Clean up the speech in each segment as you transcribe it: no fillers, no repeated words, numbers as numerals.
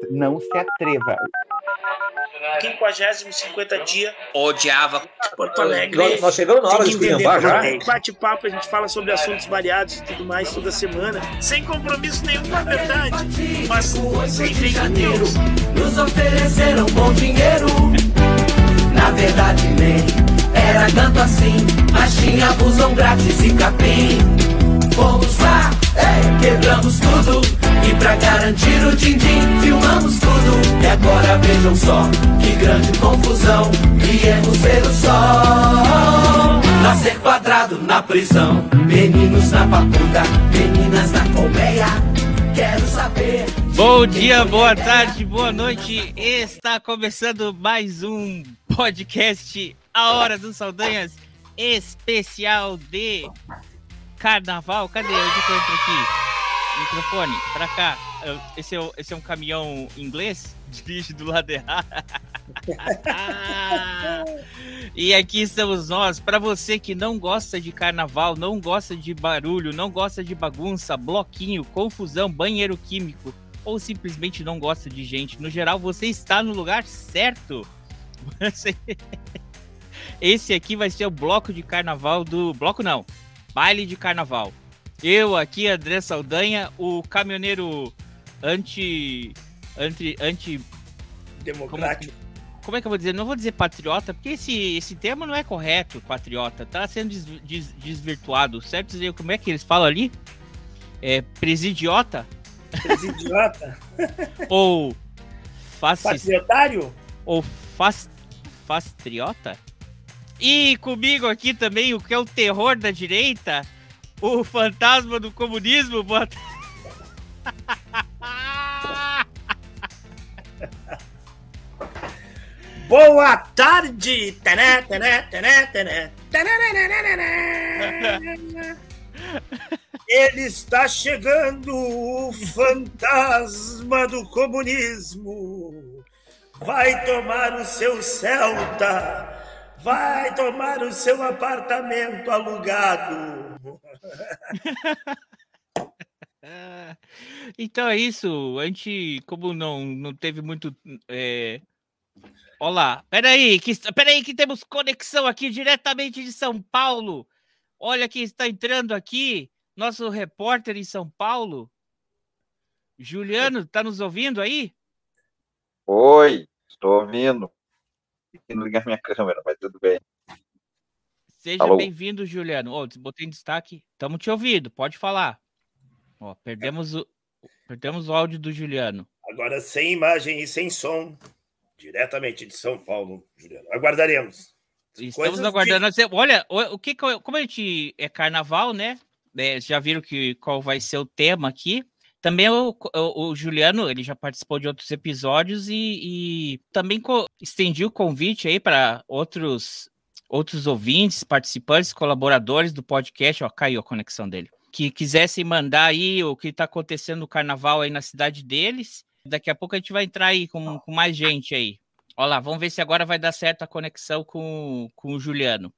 Não se atreva. 50 dia, odiava Porto Alegre. Nós chegamos na hora de esculhambar já. Bate-papo, a gente fala sobre assuntos variados e tudo mais toda semana. Sem compromisso nenhum, na verdade. Mas sem fake news. Nos ofereceram bom dinheiro. Na verdade nem era tanto assim. Mas tinha busão grátis e capim. Fomos lá, quebramos tudo. E pra garantir o din-din, filmamos tudo. E agora vejam só, que grande confusão. Viemos ver o sol nascer quadrado na prisão. Meninos na papuda, meninas na colmeia. Quero saber. Bom dia, boa tarde, boa noite. Está começando mais um podcast A Hora dos Saldanhas, especial de Carnaval. Cadê? Onde que eu entro aqui? Microfone, pra cá. Esse é um caminhão inglês? Dirige do lado errado. E aqui estamos nós. Para você que não gosta de carnaval, não gosta de barulho, não gosta de bagunça, bloquinho, confusão, banheiro químico, ou simplesmente não gosta de gente, no geral, você está no lugar certo. Esse aqui vai ser o bloco de carnaval do... Bloco não, baile de carnaval. Eu aqui, André Saldanha, o caminhoneiro democrático. Como é que eu vou dizer? Não vou dizer patriota, porque esse termo não é correto, patriota. Tá sendo desvirtuado, certo? Como é que eles falam ali? Presidiota? Presidiota? Ou patriotário? Ou fastriota? E comigo aqui também, o que é o terror da direita... O fantasma do comunismo, bota. Boa tarde! Ele está chegando, o fantasma do comunismo. Vai tomar o seu Celta. Vai tomar o seu apartamento alugado. Então é isso. A gente, como não teve muito. Olá, peraí que temos conexão aqui diretamente de São Paulo. Olha quem está entrando aqui, nosso repórter em São Paulo. Juliano, tá nos ouvindo aí? Oi, estou ouvindo. Não ligar minha câmera, mas tudo bem. Seja bem-vindo, Juliano. Botei em destaque. Estamos te ouvindo, pode falar. Perdemos o áudio do Juliano. Agora sem imagem e sem som, diretamente de São Paulo, Juliano. Aguardaremos. Estamos aguardando. Olha, como a gente é carnaval, né? Já viram qual vai ser o tema aqui. Também o Juliano, ele já participou de outros episódios e também estendi o convite aí para outros ouvintes, participantes, colaboradores do podcast. Caiu a conexão dele. Que quisessem mandar aí o que está acontecendo no carnaval aí na cidade deles. Daqui a pouco a gente vai entrar aí com mais gente aí. Olha lá, vamos ver se agora vai dar certo a conexão com o Juliano.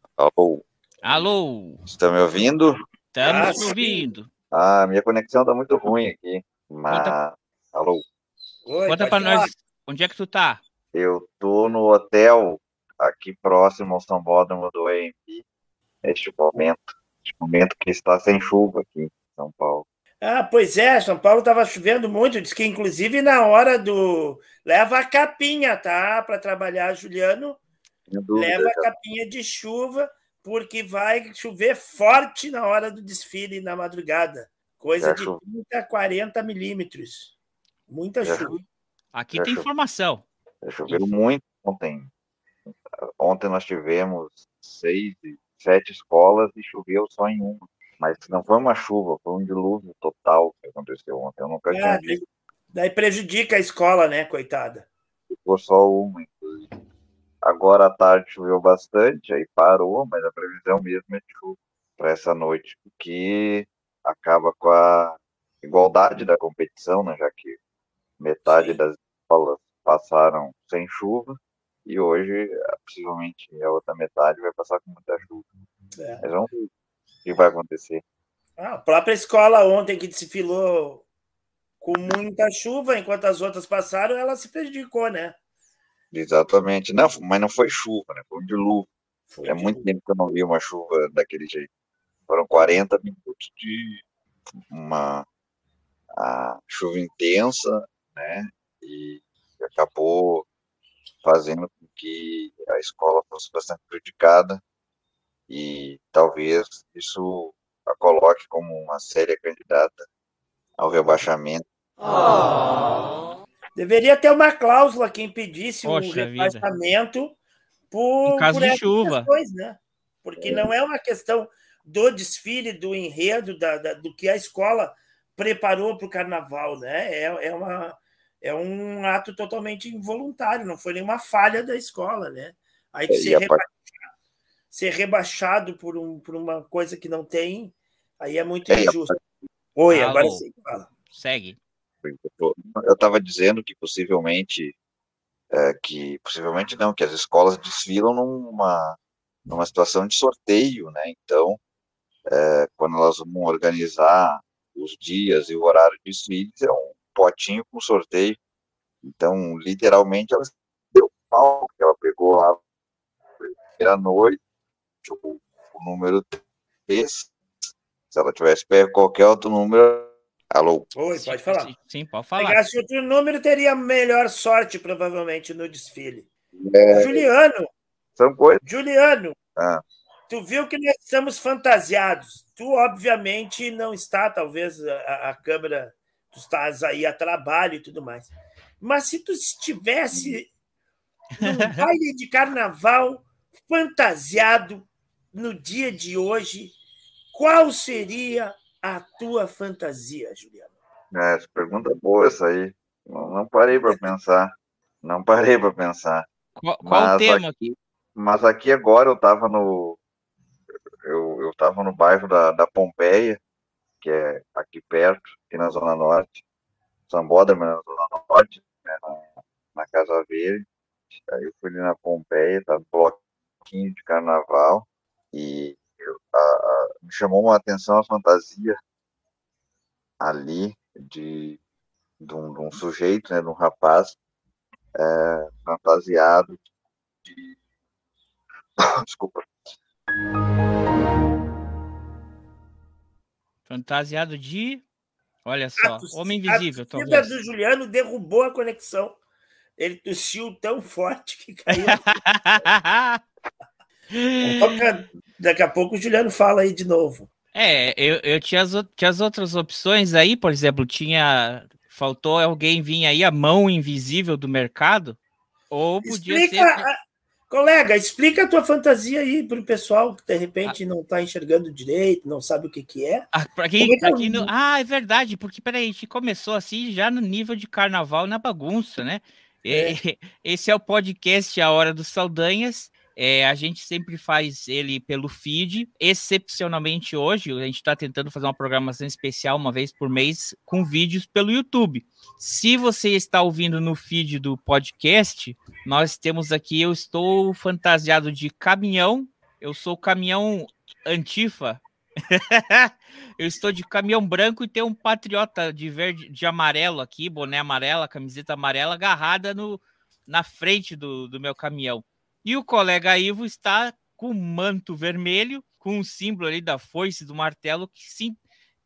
Alô? Estão me ouvindo? Estamos ouvindo. Minha conexão tá muito ruim aqui. Mas... Alô? Oi, conta pra nós, onde é que tu tá? Eu tô no hotel aqui próximo ao Sambódromo do AMB, neste momento que está sem chuva aqui em São Paulo. Pois é, São Paulo estava chovendo muito, diz que inclusive na hora do... Leva a capinha, tá? Para trabalhar, Juliano. Leva a capinha de chuva, porque vai chover forte na hora do desfile na madrugada. Coisa de 30 a 40 milímetros. Muita chuva. Aqui tem informação. Choveu muito ontem. Ontem nós tivemos 7 escolas e choveu só em uma. Mas não foi uma chuva, foi um dilúvio total que aconteceu ontem. Eu nunca tinha visto. Daí prejudica a escola, né, coitada? Ficou só uma, inclusive. Agora à tarde choveu bastante, aí parou, mas a previsão mesmo é de chuva para essa noite, o que acaba com a igualdade da competição, né, já que metade das escolas passaram sem chuva e hoje, possivelmente, a outra metade vai passar com muita chuva. Mas vamos ver o que vai acontecer. A própria escola ontem que desfilou com muita chuva, enquanto as outras passaram, ela se prejudicou, né? Exatamente. Não, mas não foi chuva, né? Foi um dilúvio. É muito tempo que eu não vi uma chuva daquele jeito. Foram 40 minutos de uma chuva intensa, né? E acabou fazendo com que a escola fosse bastante prejudicada e talvez isso a coloque como uma séria candidata ao rebaixamento. Deveria ter uma cláusula que impedisse o Poxa rebaixamento Em caso por de essas chuva. questões, né? Porque não é uma questão do desfile, do enredo, do que a escola preparou para o carnaval, né? É um ato totalmente involuntário, não foi nenhuma falha da escola, né? Aí ser rebaixado por uma coisa que não tem, aí é muito injusto. Oi, Alô. agora sim, fala. Segue. Eu estava dizendo que possivelmente não, que as escolas desfilam numa situação de sorteio, né? Então, quando elas vão organizar os dias e o horário de desfiles, é um potinho com sorteio. Então, literalmente, ela deu pau, porque ela pegou lá na primeira noite, o número 3. Se ela tivesse pego qualquer outro número... Alô? Oi, pode falar. Sim, pode falar. Pegasse outro número, teria melhor sorte, provavelmente, no desfile. Juliano, tu viu que nós estamos fantasiados. Tu, obviamente, não está, talvez, a câmera, tu estás aí a trabalho e tudo mais. Mas se tu estivesse num baile de carnaval fantasiado no dia de hoje, qual seria a tua fantasia, Juliano? Essa pergunta é boa, essa aí. Não parei para pensar. Não parei para pensar. Qual o tema aqui? Mas aqui agora eu estava no bairro da Pompeia, que é aqui perto, aqui na Zona Norte. Sambódromo, na Zona Norte, né, na Casa Verde. Aí eu fui ali na Pompeia, tá no bloquinho de carnaval, e me chamou uma atenção a fantasia ali de um sujeito, né, de um rapaz fantasiado de... Desculpa. Fantasiado de... Olha só, Homem Invisível. A torcida do Juliano derrubou a conexão. Ele tossiu tão forte que caiu. Daqui a pouco o Juliano fala aí de novo. Eu tinha as outras opções aí, por exemplo, faltou alguém vir aí, a mão invisível do mercado, ou podia ser... Colega, explica a tua fantasia aí para o pessoal que de repente não está enxergando direito, não sabe o que é. É verdade, porque peraí, a gente começou assim já no nível de carnaval na bagunça, né? Esse é o podcast A Hora dos Saldanhas. A gente sempre faz ele pelo feed. Excepcionalmente hoje, a gente está tentando fazer uma programação especial uma vez por mês com vídeos pelo YouTube. Se você está ouvindo no feed do podcast, nós temos aqui, eu estou fantasiado de caminhão, eu sou o caminhão Antifa. Eu estou de caminhão branco e tem um patriota de verde, de amarelo aqui, boné amarela, camiseta amarela, agarrada na frente do meu caminhão. E o colega Ivo está com um manto vermelho, com um símbolo ali da foice do martelo, que sim,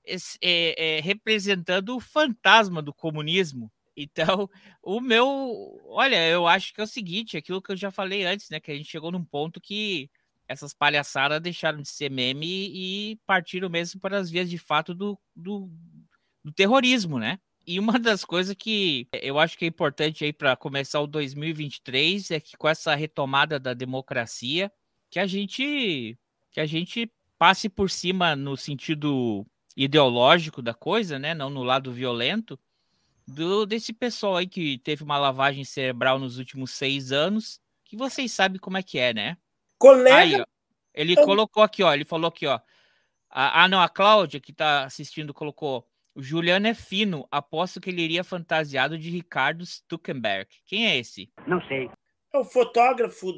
representando o fantasma do comunismo. Então, olha, eu acho que é o seguinte, aquilo que eu já falei antes, né, que a gente chegou num ponto que essas palhaçadas deixaram de ser meme e partiram mesmo para as vias de fato do terrorismo, né? E uma das coisas que eu acho que é importante aí para começar o 2023 é que com essa retomada da democracia, que a gente passe por cima no sentido ideológico da coisa, né? Não no lado violento, desse pessoal aí que teve uma lavagem cerebral nos últimos 6 anos, que vocês sabem como é que é, né? Colega... Aí, ó, ele colocou aqui, ó, ele falou aqui, ó. A Cláudia, que tá assistindo, colocou: o Juliano é fino, aposto que ele iria fantasiado de Ricardo Stuckenberg. Quem é esse? Não sei. É o fotógrafo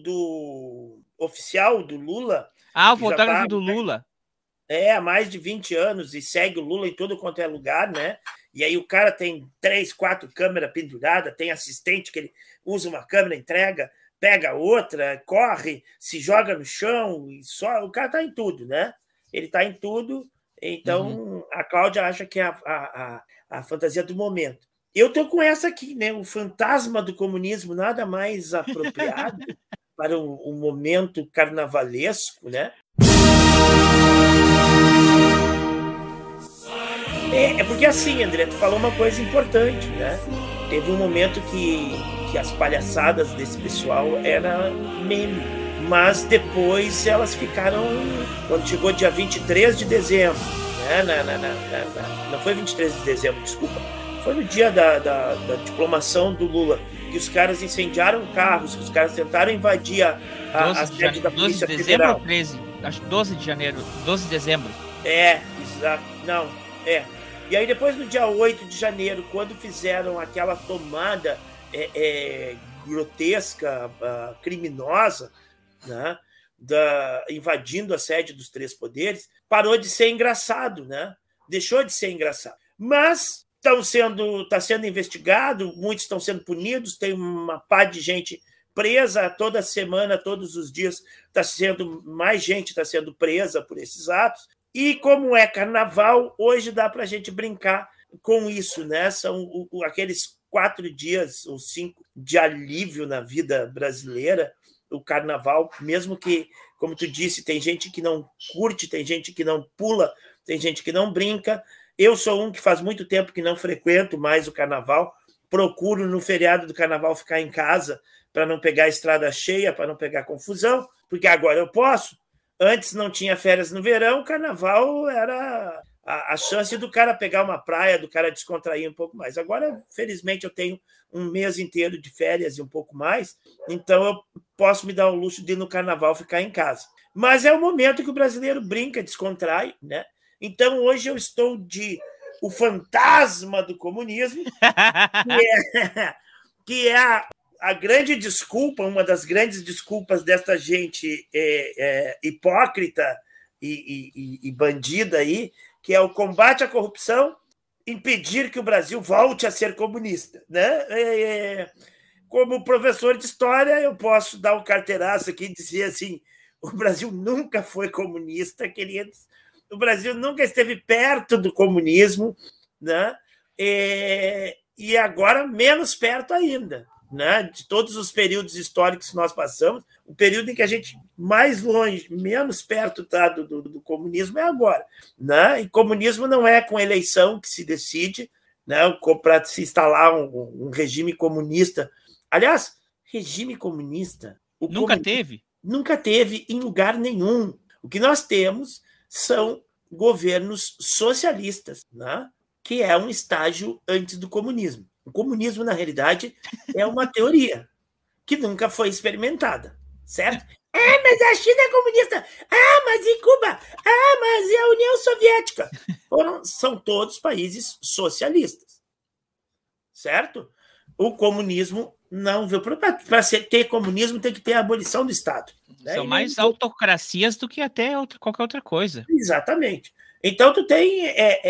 oficial do Lula. O fotógrafo do Lula. Há mais de 20 anos e segue o Lula em todo quanto é lugar, né? e aí o cara tem 3, 4 câmeras penduradas, tem assistente que ele usa uma câmera, entrega, pega outra, corre, se joga no chão, e só o cara está em tudo, né? Ele está em tudo, então a Cláudia acha que é a fantasia do momento. Eu estou com essa aqui, né? O fantasma do comunismo, nada mais apropriado para um momento carnavalesco, né? É porque assim, André, tu falou uma coisa importante, né? Teve um momento que as palhaçadas desse pessoal era meme, mas depois elas ficaram, quando chegou dia 23 de dezembro, né? Não foi 23 de dezembro, desculpa, foi no dia da diplomação do Lula, que os caras incendiaram carros, que os caras tentaram invadir a sede da Polícia Federal. 12 de dezembro ou 13? Acho que 12 de janeiro, 12 de dezembro. Exato, E aí depois, no dia 8 de janeiro, quando fizeram aquela tomada grotesca, criminosa, né, invadindo a sede dos 3 poderes, parou de ser engraçado, né? Deixou de ser engraçado. Mas está sendo investigado, muitos estão sendo punidos, tem uma pá de gente presa toda semana, todos os dias, mais gente está sendo presa por esses atos. E como é carnaval, hoje dá para a gente brincar com isso, né? São aqueles 4 dias ou 5 de alívio na vida brasileira, o carnaval, mesmo que, como tu disse, tem gente que não curte, tem gente que não pula, tem gente que não brinca. Eu sou um que faz muito tempo que não frequento mais o carnaval, procuro no feriado do carnaval ficar em casa para não pegar a estrada cheia, para não pegar confusão, porque agora eu posso. Antes não tinha férias no verão, o carnaval era a chance do cara pegar uma praia, do cara descontrair um pouco mais. Agora, felizmente, eu tenho um mês inteiro de férias e um pouco mais, então eu posso me dar o luxo de ir no carnaval ficar em casa. Mas é o momento que o brasileiro brinca, descontrai, né? Então, hoje eu estou o fantasma do comunismo, que é a grande desculpa, uma das grandes desculpas desta gente hipócrita e bandida aí, que é o combate à corrupção, impedir que o Brasil volte a ser comunista, né? Como professor de história, eu posso dar um carteiraço aqui e dizer assim, o Brasil nunca foi comunista, queridos. O Brasil nunca esteve perto do comunismo, né? E agora menos perto ainda, né? De todos os períodos históricos que nós passamos, o período em que a gente mais longe, menos perto está do comunismo é agora, né? E comunismo não é com eleição que se decide, né? Para se instalar um regime comunista. Aliás, regime comunista... Nunca teve em lugar nenhum. O que nós temos são governos socialistas, né? Que é um estágio antes do comunismo. O comunismo, na realidade, é uma teoria que nunca foi experimentada, certo? Mas a China é comunista. Mas em Cuba. Mas e a União Soviética? São todos países socialistas, certo? O comunismo não veio... Para ter comunismo tem que ter a abolição do Estado. Né? São mais autocracias do que até qualquer outra coisa. Exatamente. Então, tu tem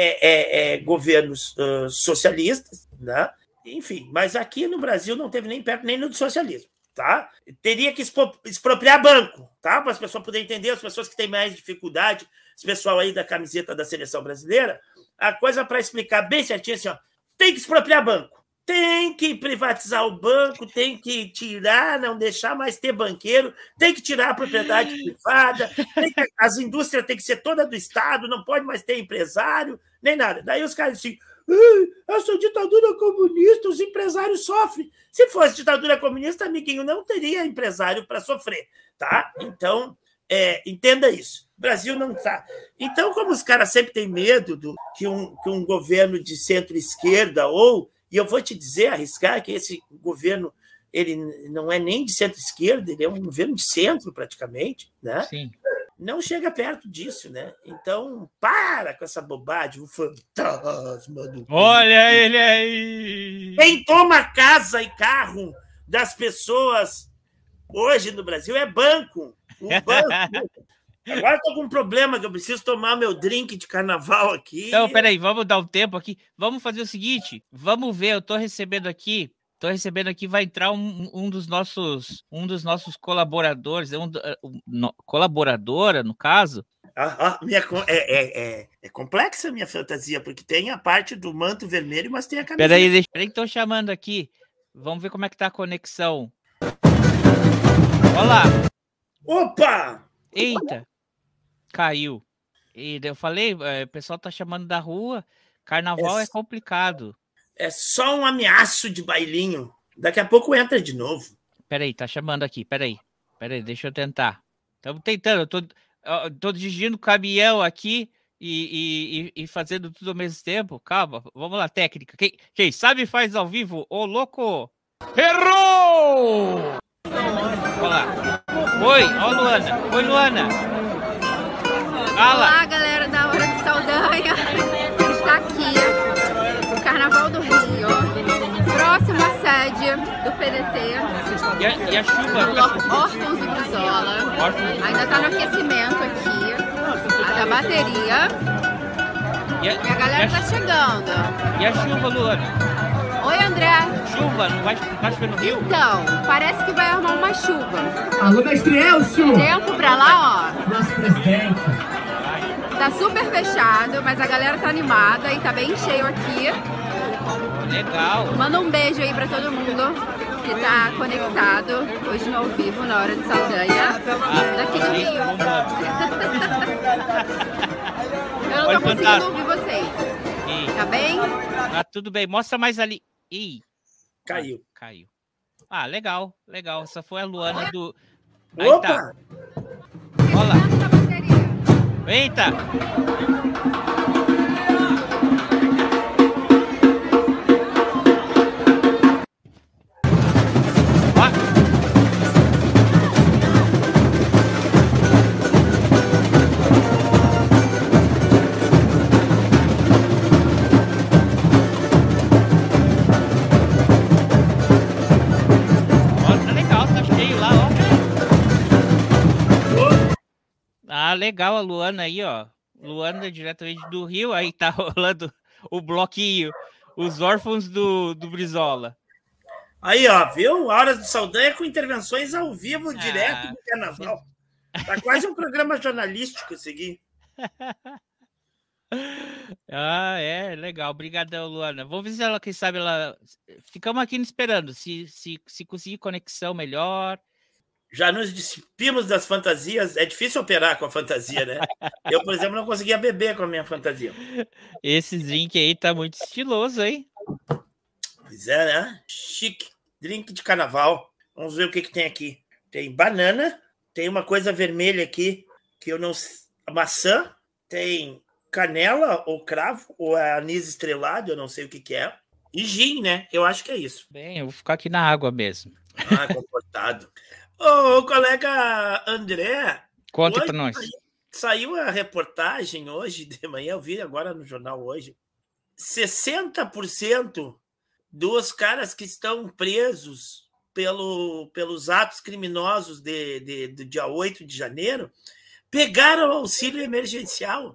governos socialistas, né? Enfim, mas aqui no Brasil não teve nem perto nem no socialismo, tá? Teria que expropriar banco, tá? Para as pessoas poderem entender, as pessoas que têm mais dificuldade, esse pessoal aí da camiseta da seleção brasileira, a coisa para explicar bem certinho assim, ó, tem que expropriar banco. Tem que privatizar o banco, tem que tirar, não deixar mais ter banqueiro, tem que tirar a propriedade privada, as indústrias têm que ser toda do Estado, não pode mais ter empresário, nem nada. Daí os caras dizem assim, essa ditadura comunista, os empresários sofrem. Se fosse ditadura comunista, amiguinho, não teria empresário para sofrer, tá? Então, entenda isso. O Brasil não está. Então, como os caras sempre têm medo que um governo de centro-esquerda e eu vou te dizer, arriscar, que esse governo ele não é nem de centro-esquerda, ele é um governo de centro, praticamente, né? Sim. Não chega perto disso, né? Então, para com essa bobagem, o fantasma do... Olha ele aí! Quem toma casa e carro das pessoas hoje no Brasil é banco. O banco Agora eu tô com um problema que eu preciso tomar meu drink de carnaval aqui. Então, peraí, vamos dar um tempo aqui. Vamos fazer o seguinte, vamos ver, eu tô recebendo aqui, vai entrar um dos nossos colaboradores, colaboradora, no caso. É complexa a minha fantasia, porque tem a parte do manto vermelho, mas tem a camisa. Peraí, que estão chamando aqui. Vamos ver como é que tá a conexão. Olá. Opa! Eita. Caiu. E eu falei, o pessoal tá chamando da rua. Carnaval é complicado. É só um ameaço de bailinho. Daqui a pouco entra de novo. Peraí, tá chamando aqui. Peraí, deixa eu tentar. Estamos tentando. Eu tô dirigindo o caminhão aqui e fazendo tudo ao mesmo tempo. Calma, vamos lá, técnica. Quem sabe faz ao vivo. Ô, louco! Errou! Olha lá. Oi, ó, Luana. Oi, Luana. Fala. Olá, galera da Hora de Saldanha. Está aqui o Carnaval do Rio, próximo à sede do PDT. E a chuva? Órfãos do Brizola. Ainda está no aquecimento aqui, a da bateria. E a galera está chegando. E a chuva, Luana? Oi, André. Chuva? Não vai chover no Rio? Então, parece que vai armar uma chuva. Alô, mestre Elcio! Tempo pra lá, ó. Nosso presidente. Tá super fechado, mas a galera tá animada e tá bem cheio aqui. Legal. Manda um beijo aí pra todo mundo que tá conectado hoje no ao vivo, na Hora de Saldanha, daqui do Rio. Eu não tô conseguindo ouvir vocês. Tá bem? Ah, tudo bem. Mostra mais ali. Ih. Caiu. Ah, legal. Essa foi a Luana do... Aí opa! Tá. Olha lá. Eita! Ah, legal a Luana aí, ó. Luana diretamente do Rio, aí tá rolando o bloquinho, os órfãos do Brizola. Aí, ó, viu? Horas de Saldanha com intervenções ao vivo, direto do carnaval. Tá quase um programa jornalístico esse aqui. Ah, é, legal. Obrigadão, Luana. Vamos ver se ela, quem sabe, ela... Ficamos aqui esperando, se conseguir conexão melhor. Já nos despimos das fantasias. É difícil operar com a fantasia, né? Eu, por exemplo, não conseguia beber com a minha fantasia. Esse drink aí tá muito estiloso, hein? Pois é, né? Chique. Drink de carnaval. Vamos ver o que tem aqui. Tem banana. Tem uma coisa vermelha aqui que eu não... Maçã. Tem canela ou cravo ou anis estrelado. Eu não sei o que é. E gin, né? Eu acho que é isso. Bem, eu vou ficar aqui na água mesmo. Ah, comportado. Ô, colega André. Conta para nós. Saiu a reportagem hoje de manhã, eu vi agora no jornal hoje. 60% dos caras que estão presos pelos atos criminosos do dia 8 de janeiro pegaram auxílio emergencial.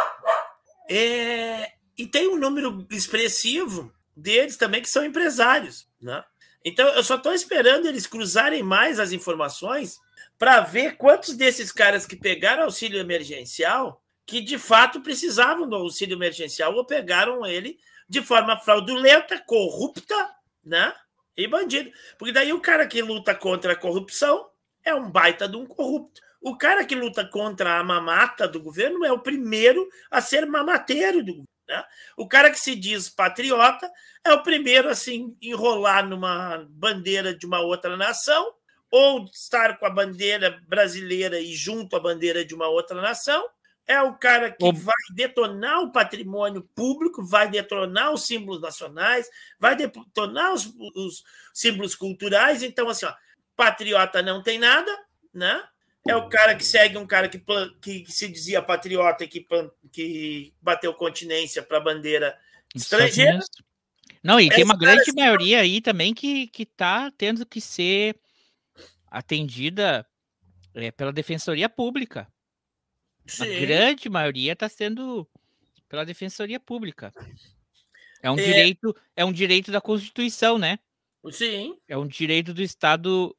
E tem um número expressivo deles também que são empresários, né? Então, eu só estou esperando eles cruzarem mais as informações para ver quantos desses caras que pegaram auxílio emergencial que, de fato, precisavam do auxílio emergencial ou pegaram ele de forma fraudulenta, corrupta, né? E bandido. Porque daí o cara que luta contra a corrupção é um baita de um corrupto. O cara que luta contra a mamata do governo é o primeiro a ser mamateiro do governo. Né? O cara que se diz patriota é o primeiro a se enrolar numa bandeira de uma outra nação ou estar com a bandeira brasileira e junto à bandeira de uma outra nação. É o cara que vai detonar o patrimônio público, vai detonar os símbolos nacionais, vai detonar os símbolos culturais. Então, assim, ó, patriota não tem nada, né? É o cara que segue um cara que se dizia patriota e que bateu continência para a bandeira estrangeira. Não, e tem uma grande maioria aí também que está tendo que ser atendida pela Defensoria Pública. A grande maioria está sendo pela Defensoria Pública. É um direito da Constituição, né? Sim. É um direito do Estado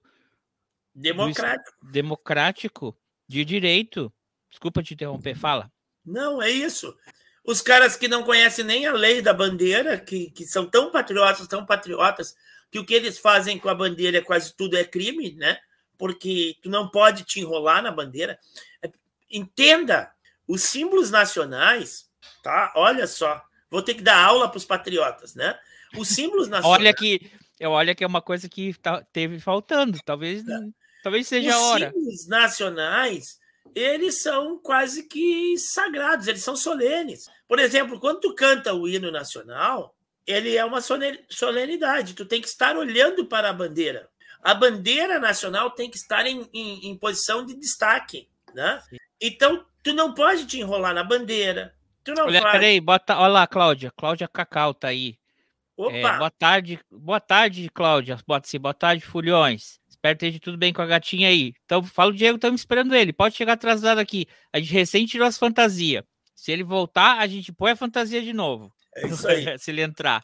democrático de direito. Desculpa te interromper, fala. Não, é isso. Os caras que não conhecem nem a lei da bandeira, que são tão patriotas, que o que eles fazem com a bandeira quase tudo é crime, né? Porque tu não pode te enrolar na bandeira. Entenda, os símbolos nacionais, tá? Olha só, vou ter que dar aula para os patriotas, né? Os símbolos nacionais... Olha que é uma coisa que teve faltando, talvez seja a hora. Os símbolos nacionais, eles são quase que sagrados, eles são solenes. Por exemplo, quando tu canta o hino nacional, ele é uma solenidade, tu tem que estar olhando para a bandeira. A bandeira nacional tem que estar em posição de destaque, né? Então, tu não pode te enrolar na bandeira. Peraí, olha lá, Cláudia Cacau tá aí. Opa! Boa tarde, Cláudia. Boa tarde, Fulhões. Espero que esteja tudo bem com a gatinha aí. Então, fala o Diego, estamos esperando ele. Pode chegar atrasado aqui. A gente recém tirou as fantasias. Se ele voltar, a gente põe a fantasia de novo. É isso aí. Se ele entrar.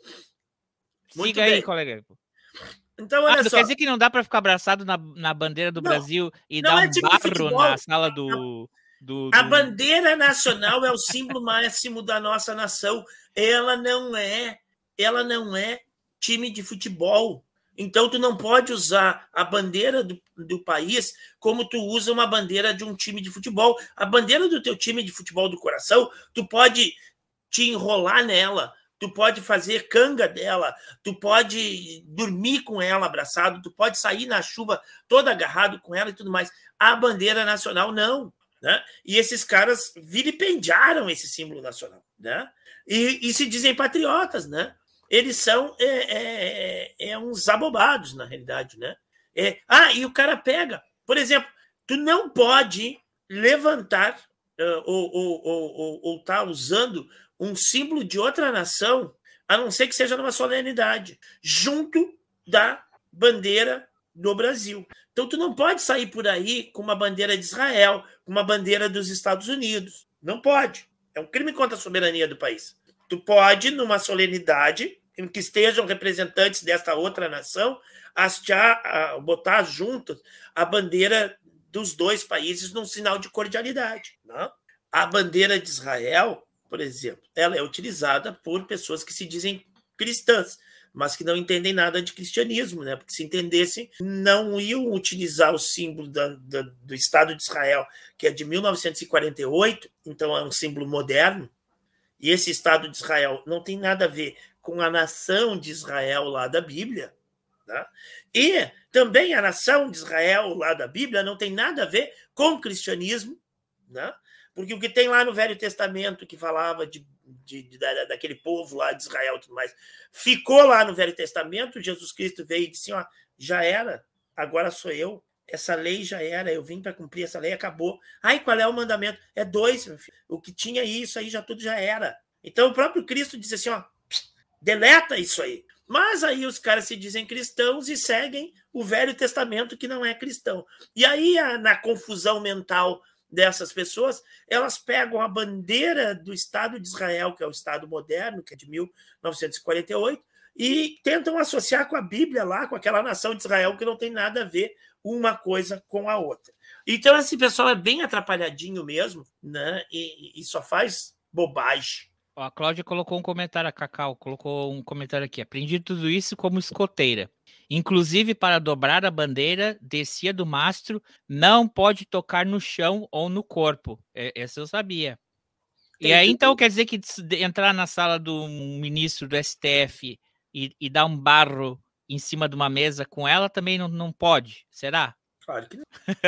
Muito Siga bem. aí, colega. Então, olha só. Quer dizer que não dá para ficar abraçado na bandeira do Brasil e dar um barro na sala do... A bandeira nacional é o símbolo máximo da nossa nação. Ela não é time de futebol. Então, tu não pode usar a bandeira do país como tu usa uma bandeira de um time de futebol. A bandeira do teu time de futebol do coração, tu pode te enrolar nela, tu pode fazer canga dela, tu pode dormir com ela abraçado, tu pode sair na chuva todo agarrado com ela e tudo mais. A bandeira nacional, não. Né? E esses caras vilipendiaram esse símbolo nacional, né? E se dizem patriotas, né? Eles são uns abobados, na realidade, né? E o cara pega, por exemplo, tu não pode levantar ou tá usando um símbolo de outra nação, a não ser que seja numa solenidade, junto da bandeira do Brasil. Então, tu não pode sair por aí com uma bandeira de Israel, com uma bandeira dos Estados Unidos. Não pode. É um crime contra a soberania do país. Tu pode, numa solenidade, em que estejam representantes desta outra nação, botar juntos a bandeira dos dois países num sinal de cordialidade. Não? A bandeira de Israel, por exemplo, ela é utilizada por pessoas que se dizem cristãs, mas que não entendem nada de cristianismo, né? Porque se entendessem, não iam utilizar o símbolo do Estado de Israel, que é de 1948, então é um símbolo moderno, e esse Estado de Israel não tem nada a ver com a nação de Israel lá da Bíblia, tá? E também a nação de Israel lá da Bíblia não tem nada a ver com o cristianismo, né? Porque o que tem lá no Velho Testamento, que falava daquele povo lá de Israel e tudo mais, ficou lá no Velho Testamento. Jesus Cristo veio e disse, já era, agora sou eu, essa lei já era, eu vim para cumprir essa lei, acabou. Qual é o mandamento? É 2, meu filho. O que tinha isso aí, tudo já era. Então o próprio Cristo disse assim, deleta isso aí. Mas aí os caras se dizem cristãos e seguem o Velho Testamento, que não é cristão. E aí, na confusão mental dessas pessoas, elas pegam a bandeira do Estado de Israel, que é o Estado moderno, que é de 1948, e tentam associar com a Bíblia lá, com aquela nação de Israel, que não tem nada a ver uma coisa com a outra. Então, esse pessoal é bem atrapalhadinho mesmo, né? E só faz bobagem. A Cláudia colocou um comentário, a Cacau colocou um comentário aqui. Aprendi tudo isso como escoteira. Inclusive, para dobrar a bandeira, descia do mastro, não pode tocar no chão ou no corpo. Essa eu sabia. E aí, então, quer dizer que entrar na sala do ministro do STF e dar um barro em cima de uma mesa com ela também não pode? Será? Claro que não.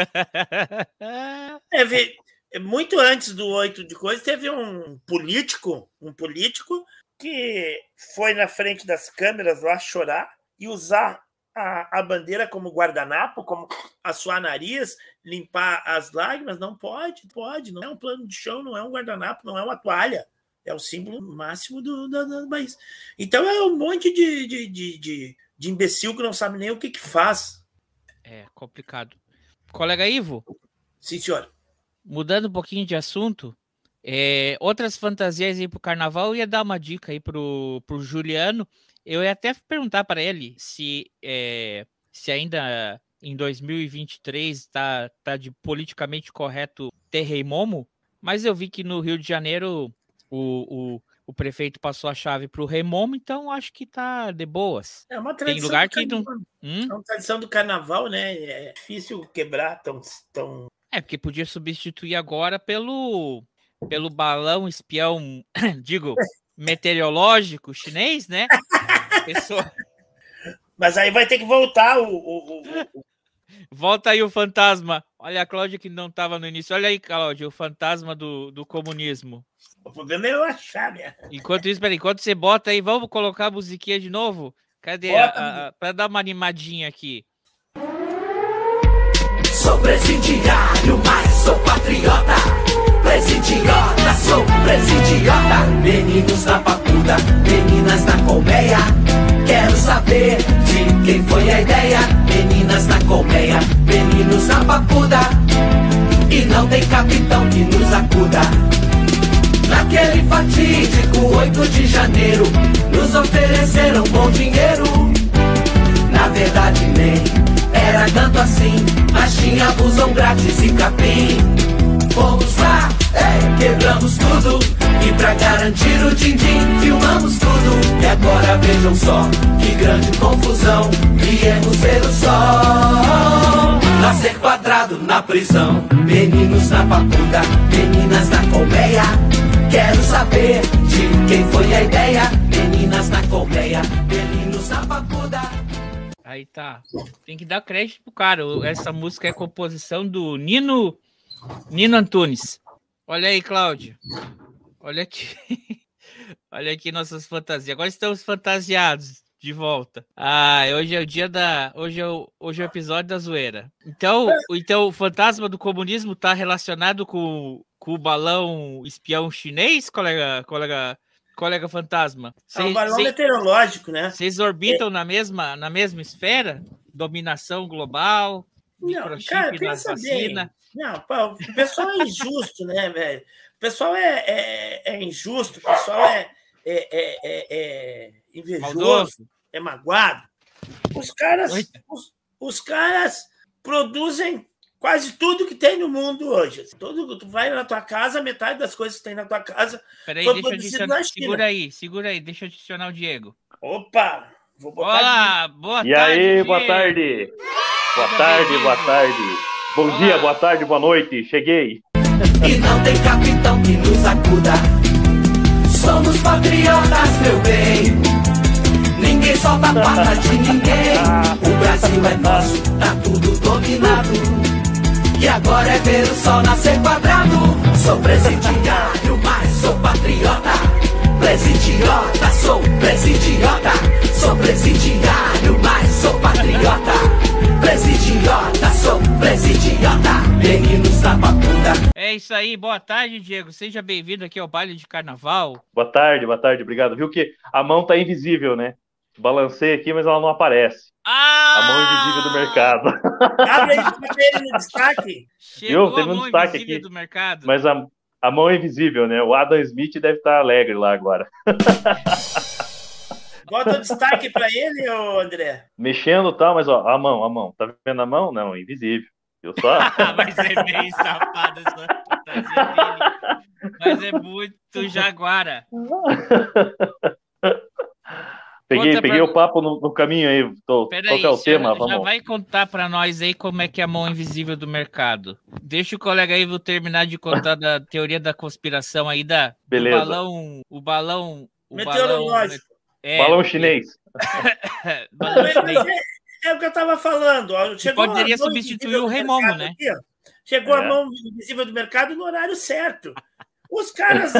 Muito antes do 8 de coisa, teve um político que foi na frente das câmeras lá chorar e usar a bandeira como guardanapo, como assoar nariz, limpar as lágrimas. Não pode, não é um plano de chão, não é um guardanapo, não é uma toalha, é o símbolo máximo do país. Então é um monte de imbecil que não sabe nem o que faz. É complicado. Colega Ivo? Sim, senhor. mudando um pouquinho de assunto, outras fantasias aí pro carnaval, eu ia dar uma dica aí pro Juliano. Eu ia até perguntar para ele se ainda em 2023 tá de politicamente correto ter Rei Momo, mas eu vi que no Rio de Janeiro o prefeito passou a chave pro Rei Momo, então acho que tá de boas. É uma tradição. Tem lugar que não... É uma tradição do carnaval, né? É difícil quebrar tão... porque podia substituir agora pelo balão espião, digo, meteorológico chinês, né? Mas aí vai ter que voltar Volta aí o fantasma. Olha a Cláudia que não estava no início. Olha aí, Cláudia, o fantasma do comunismo. O problema é eu achar, né? Enquanto isso, peraí, enquanto você bota aí, vamos colocar a musiquinha de novo? Cadê? Para dar uma animadinha aqui. Sou presidiário, mas sou patriota. Presidiota, sou presidiota. Meninos na papuda, meninas na colmeia. Quero saber de quem foi a ideia. Meninas na colmeia, meninos na papuda. E não tem capitão que nos acuda. Naquele fatídico 8 de janeiro, nos ofereceram bom dinheiro. Na verdade nem era tanto assim, mas tinha busão grátis e capim. Fomos lá, quebramos tudo, e pra garantir o din-din, filmamos tudo. E agora vejam só, que grande confusão, viemos ver o sol nascer quadrado na prisão. Meninos na papuda, meninas na colmeia. Quero saber de quem foi a ideia. Meninas na colmeia, meninos na papuda. Aí tá. Tem que dar crédito pro cara. Essa música é composição do Nino Antunes. Olha aí, Cláudio. Olha aqui. Olha aqui nossas fantasias. Agora estamos fantasiados de volta. Hoje é o dia hoje é o episódio da zoeira. Então o fantasma do comunismo tá relacionado com o balão espião chinês, colega fantasma? É um balão meteorológico, né? Vocês orbitam na mesma esfera? Dominação global? Cara, pensa bem. Não, pô, o pessoal é injusto, né, velho? O pessoal é injusto, o pessoal é invejoso, maldoso. É magoado. Os caras produzem quase tudo que tem no mundo hoje. Tu vai na tua casa, metade das coisas que tem na tua casa foi produzido na China. Segura aí, deixa eu adicionar o Diego. Opa! Vou botar. Olá, boa e tarde. E aí, boa tarde. Boa tarde. Bom dia, boa tarde, boa noite. Cheguei. E não tem capitão que nos acuda. Somos patriotas, meu bem. Ninguém solta a pata de ninguém. O Brasil é nosso, tá tudo dominado. E agora é ver o sol nascer quadrado. Sou presidiário, mas sou patriota. Presidiota, sou presidiota. Sou presidiário, mas sou patriota. Presidiota, sou presidiota. Meninos da papuda. É isso aí, boa tarde, Diego. Seja bem-vindo aqui ao baile de carnaval. Boa tarde, obrigado. Viu que a mão tá invisível, né? Balancei aqui, mas ela não aparece. A mão invisível do mercado. Abre aí pra ele no destaque. Chegou a mão invisível do mercado. Mas a mão é invisível, né? O Adam Smith deve estar alegre lá agora. Bota o destaque para ele, André. Mexendo e tal, mas ó, a mão. Tá vendo a mão? Não, invisível. Eu só... Mas é bem safado essa fantasia dele. Mas é muito jaguara. Peguei o papo no caminho aí. Qual é o tema? Já vai contar para nós aí como é que é a mão invisível do mercado. Deixa o colega aí terminar de contar da teoria da conspiração aí o balão meteorológico. Balão chinês. Balão chinês. É o que eu estava falando. Poderia substituir o Rei Momo, né? Aqui, chegou a mão invisível do mercado no horário certo. Os caras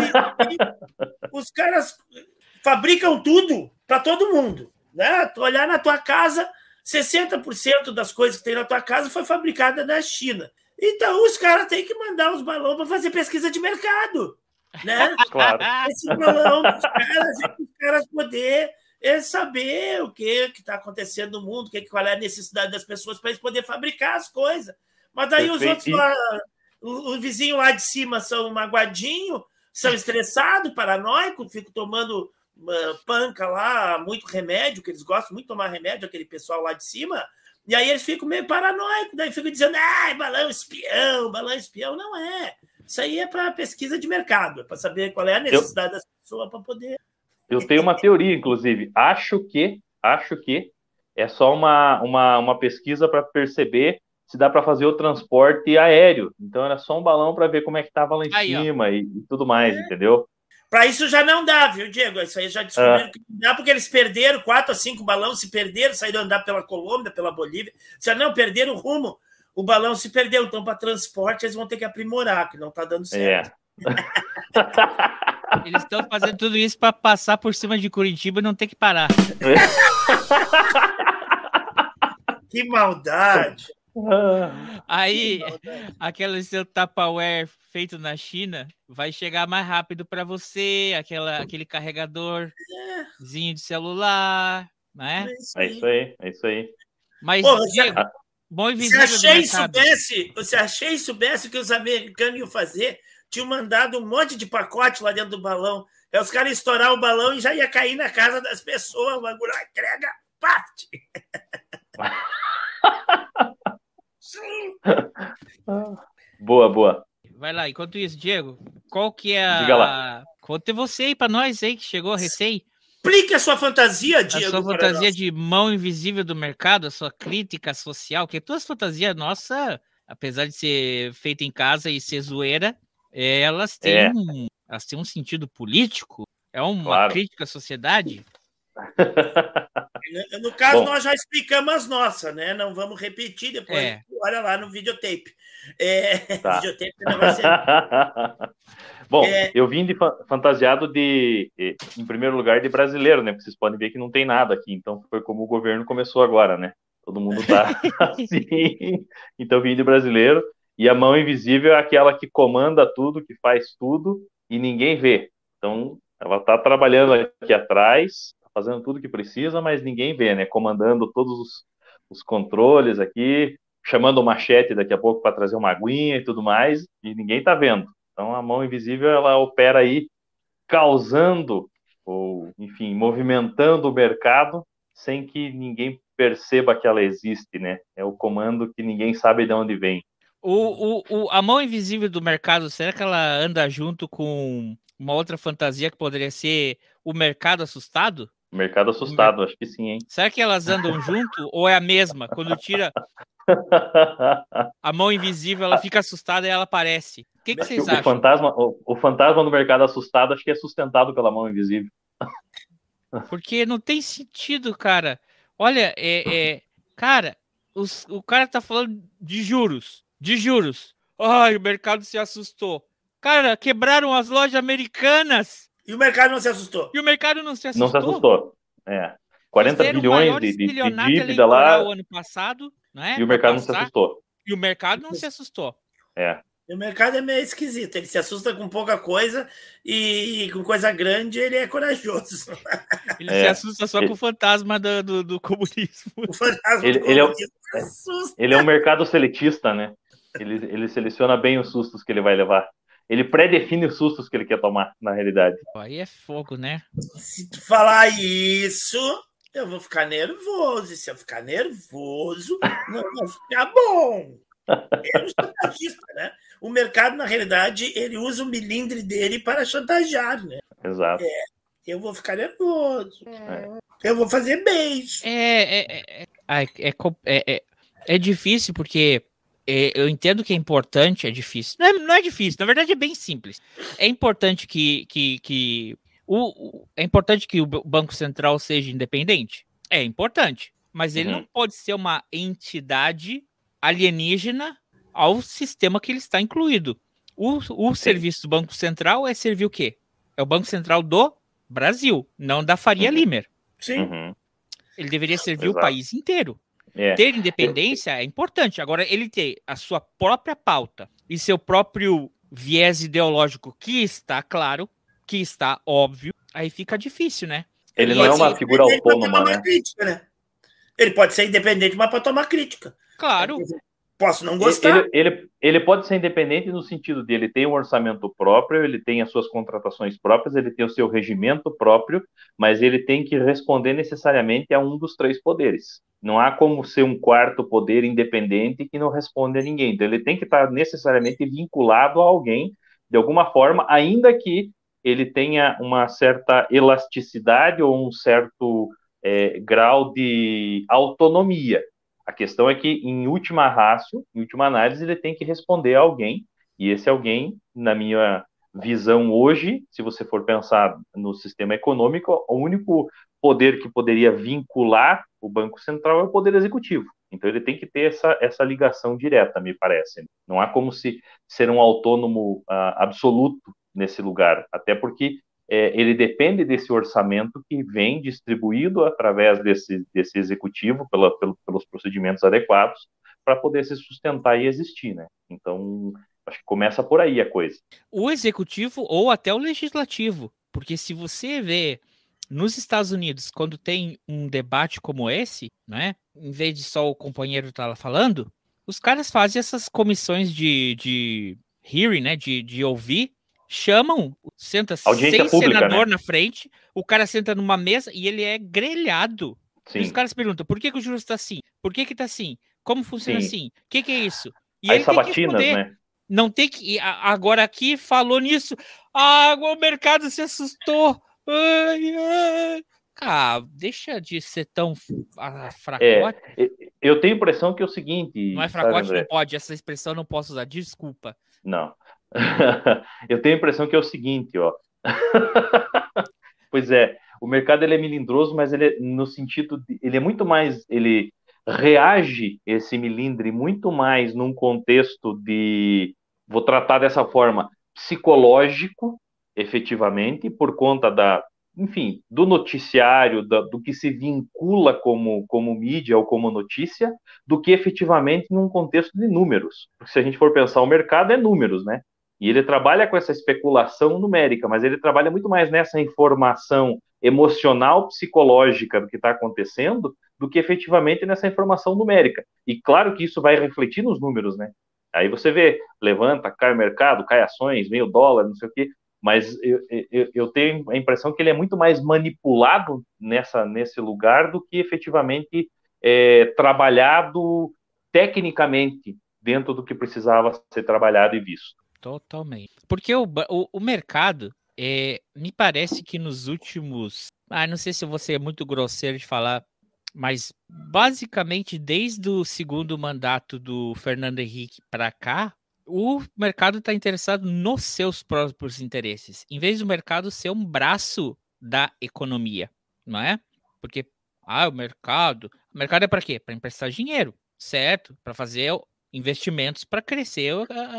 fabricam tudo para todo mundo. Né? Tu olhar na tua casa, 60% das coisas que tem na tua casa foi fabricada na China. Então, os caras têm que mandar os balões para fazer pesquisa de mercado. Né? Claro. Esse balão dos caras é para os caras poderem saber o que está acontecendo no mundo, qual é a necessidade das pessoas para eles poderem fabricar as coisas. Mas daí os outros lá O vizinho lá de cima são magoadinhos, são estressados, paranoicos, ficam tomando panca lá, muito remédio, que eles gostam muito de tomar remédio, aquele pessoal lá de cima, e aí eles ficam meio paranoicos, daí ficam dizendo, balão espião. Não é. Isso aí é para pesquisa de mercado, para saber qual é a necessidade das pessoas para poder... Eu tenho uma teoria, inclusive. Acho que é só uma pesquisa para perceber se dá para fazer o transporte aéreo. Então era só um balão para ver como é que estava lá em cima e tudo mais, entendeu? Para isso já não dá, viu, Diego? Isso aí já descobriram que não dá, porque eles perderam 4 a 5 balões, se perderam, saíram andar pela Colômbia, pela Bolívia. Já não perderam o rumo. O balão se perdeu. Então, para transporte, eles vão ter que aprimorar, que não está dando certo. Eles estão fazendo tudo isso para passar por cima de Curitiba e não ter que parar. Que maldade! Aí, aquele seu Tupperware feito na China vai chegar mais rápido para você, aquele carregadorzinho de celular, né? É isso aí. Mas, Diego, bom e visível do mercado. Se a Shein soubesse o que os americanos iam fazer, tinham mandado um monte de pacote lá dentro do balão. Aí os caras iam estourar o balão e já ia cair na casa das pessoas. O bagulho, entrega, parte. Boa. Vai lá, enquanto isso, Diego, qual que é Diga lá. Conta você aí pra nós aí, que chegou recém. Explique a sua fantasia, Diego. A sua fantasia de mão invisível do mercado, a sua crítica social, que todas as fantasias nossas, apesar de ser feita em casa e ser zoeira, elas têm um sentido político, é uma crítica à sociedade. No caso, nós já explicamos as nossas, né? Não vamos repetir depois. Olha lá no videotape. Tá. Videotape é negócio. Bom, eu vim fantasiado em primeiro lugar, de brasileiro, né? Porque vocês podem ver que não tem nada aqui. Então, foi como o governo começou agora, né? Todo mundo tá assim. Então, eu vim de brasileiro. E a mão invisível é aquela que comanda tudo, que faz tudo, e ninguém vê. Então, ela tá trabalhando aqui atrás, fazendo tudo que precisa, mas ninguém vê, né? Comandando todos os controles aqui, chamando o machete daqui a pouco para trazer uma aguinha e tudo mais, e ninguém tá vendo. Então, a mão invisível, ela opera aí, causando, ou, enfim, movimentando o mercado, sem que ninguém perceba que ela existe, né? É o comando que ninguém sabe de onde vem. A mão invisível do mercado, será que ela anda junto com uma outra fantasia que poderia ser o mercado assustado? O mercado assustado, acho que sim, hein? Será que elas andam junto ou é a mesma? Quando tira a mão invisível, ela fica assustada e ela aparece. O que vocês acham? O fantasma do mercado assustado, acho que é sustentado pela mão invisível. Porque não tem sentido, cara. Olha, cara, o cara tá falando de juros. Ai, o mercado se assustou. Cara, quebraram as lojas americanas. E o mercado não se assustou. Não se assustou. 40 bilhões de dívida lá. O ano passado, né? E o mercado não se assustou. E o mercado não se assustou. O mercado é meio esquisito. Ele se assusta com pouca coisa e com coisa grande ele é corajoso. Ele se assusta só com o fantasma do comunismo. O fantasma do comunismo assusta. Ele é um mercado seletista, né? Ele seleciona bem os sustos que ele vai levar. Ele pré-define os sustos que ele quer tomar, na realidade. Aí é fogo, né? Se tu falar isso, eu vou ficar nervoso. E se eu ficar nervoso, não vai ficar bom. É um chantagista, né? O mercado, na realidade, ele usa o milindre dele para chantagear, né? Exato. Eu vou ficar nervoso. Eu vou fazer beijo. É difícil porque... eu entendo que é importante, é difícil. Não é difícil, na verdade é bem simples. É importante é importante que o Banco Central seja independente? É importante, mas ele não pode ser uma entidade alienígena ao sistema que ele está incluído. O serviço do Banco Central é servir o quê? É o Banco Central do Brasil, não da Faria Limer. Sim. Ele deveria servir o país inteiro. Ter independência é importante. Agora, ele ter a sua própria pauta e seu próprio viés ideológico que está claro, que está óbvio, aí fica difícil, né? Ele não é uma figura autônoma, né? Crítica, né? Ele pode ser independente, mas para tomar crítica. Claro. Posso não gostar. Ele pode ser independente no sentido de ele ter um orçamento próprio, ele tem as suas contratações próprias, ele tem o seu regimento próprio, mas ele tem que responder necessariamente a um dos 3 poderes. Não há como ser um 4º poder independente que não responde a ninguém. Então, ele tem que estar necessariamente vinculado a alguém, de alguma forma, ainda que ele tenha uma certa elasticidade ou um certo grau de autonomia. A questão é que, em última ratio, em última análise, ele tem que responder a alguém, e esse alguém, na minha visão hoje, se você for pensar no sistema econômico, o único poder que poderia vincular o Banco Central é o poder executivo. Então, ele tem que ter essa ligação direta, me parece. Não há como ser um autônomo absoluto nesse lugar, até porque ele depende desse orçamento que vem distribuído através desse executivo pelos procedimentos adequados para poder se sustentar e existir, né? Então, acho que começa por aí a coisa. O executivo ou até o legislativo, porque se você vê nos Estados Unidos, quando tem um debate como esse, né, em vez de só o companheiro estar lá falando, os caras fazem essas comissões de hearing, né, de ouvir, chamam, senta audiência 6 pública, senadores, né? na frente, o cara senta numa mesa e ele é grelhado. Sim. E os caras perguntam, por que o juros está assim? Por que tá assim? Como funciona Sim. assim? O que é isso? E As ele tem que sabatinas, responder. né? Não tem que... Agora aqui falou nisso. O mercado se assustou. Cara, deixa de ser tão fracote. Eu tenho a impressão que é o seguinte... Não é fracote, sabe, não pode. Essa expressão não posso usar. Desculpa. Não. Eu tenho a impressão que é o seguinte, ó. Pois é, o mercado ele é melindroso, mas ele no sentido de, ele é muito mais, ele reage esse melindre muito mais num contexto de, vou tratar dessa forma, psicológico, efetivamente, por conta enfim, do noticiário, do que se vincula como mídia ou como notícia, do que efetivamente num contexto de números. Porque se a gente for pensar, o mercado é números, né? E ele trabalha com essa especulação numérica, mas ele trabalha muito mais nessa informação emocional, psicológica do que está acontecendo, do que efetivamente nessa informação numérica. E claro que isso vai refletir nos números, né? Aí você vê, levanta, cai o mercado, cai ações, vem o dólar, não sei o quê, mas eu tenho a impressão que ele é muito mais manipulado nesse lugar do que efetivamente trabalhado tecnicamente dentro do que precisava ser trabalhado e visto. Totalmente. Porque o mercado, me parece que nos últimos... não sei se você é muito grosseiro de falar, mas basicamente desde o segundo mandato do Fernando Henrique para cá, o mercado está interessado nos seus próprios interesses, em vez do mercado ser um braço da economia, não é? Porque o mercado é para quê? Para emprestar dinheiro, certo? Para fazer investimentos para crescer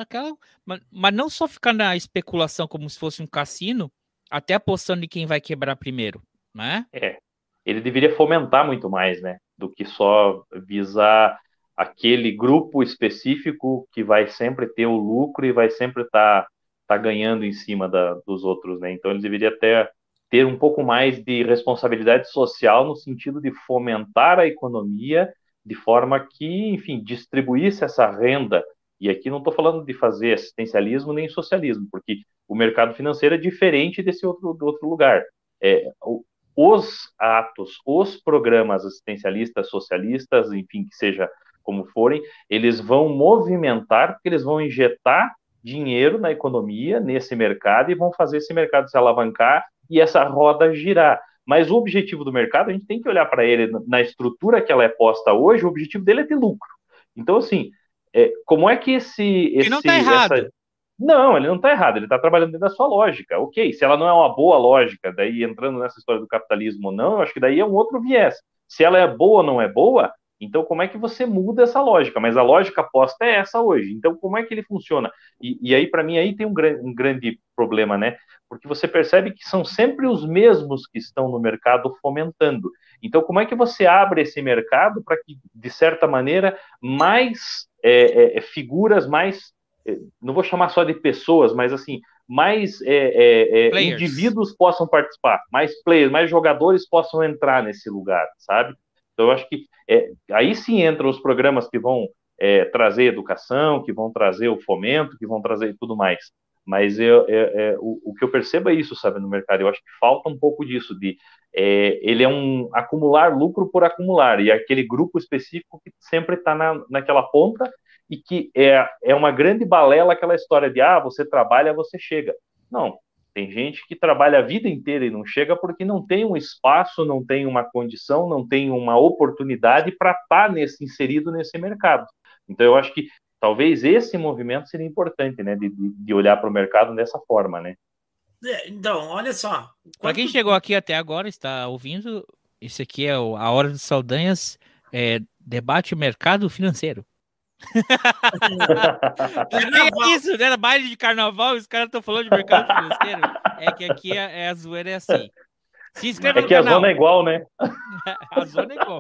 mas não só ficar na especulação como se fosse um cassino, até apostando em quem vai quebrar primeiro, né? Ele deveria fomentar muito mais, né, do que só visar aquele grupo específico que vai sempre ter o lucro e vai sempre tá ganhando em cima dos outros, né? Então ele deveria ter um pouco mais de responsabilidade social no sentido de fomentar a economia de forma que, enfim, distribuísse essa renda. E aqui não estou falando de fazer assistencialismo nem socialismo, porque o mercado financeiro é diferente desse outro lugar. Os atos, os programas assistencialistas, socialistas, enfim, que seja como forem, eles vão movimentar, porque eles vão injetar dinheiro na economia, nesse mercado, e vão fazer esse mercado se alavancar e essa roda girar. Mas o objetivo do mercado, a gente tem que olhar para ele na estrutura que ela é posta hoje, o objetivo dele é ter lucro. Então, assim, como é que Ele não está errado. Não, ele não está errado, ele está trabalhando dentro da sua lógica. Ok, se ela não é uma boa lógica, daí entrando nessa história do capitalismo ou não, eu acho que daí é um outro viés. Se ela é boa ou não é boa, então como é que você muda essa lógica? Mas a lógica posta é essa hoje. Então como é que ele funciona? E aí, para mim, aí tem um grande problema, né? Porque você percebe que são sempre os mesmos que estão no mercado fomentando. Então como é que você abre esse mercado para que, de certa maneira, mais figuras, mais... não vou chamar só de pessoas, mas assim, mais indivíduos possam participar, mais players, mais jogadores possam entrar nesse lugar, sabe? Então eu acho que aí sim entram os programas que vão trazer educação, que vão trazer o fomento, que vão trazer tudo mais. Mas o que eu percebo é isso, sabe, no mercado. Eu acho que falta um pouco disso, ele é um acumular lucro por acumular, e aquele grupo específico que sempre está naquela ponta, e que é uma grande balela aquela história de, você trabalha, você chega. Não, tem gente que trabalha a vida inteira e não chega porque não tem um espaço, não tem uma condição, não tem uma oportunidade para estar inserido nesse mercado. Então eu acho que talvez esse movimento seria importante, né, de olhar para o mercado dessa forma, né? Então, olha só. Para quem chegou aqui até agora, está ouvindo, esse aqui é a Hora dos Saldanhas, debate mercado financeiro. É isso, né? Baile de carnaval, os caras estão falando de mercado financeiro. É que aqui a zoeira é assim. Se inscreva no canal. A zona é igual, né? A zona é igual.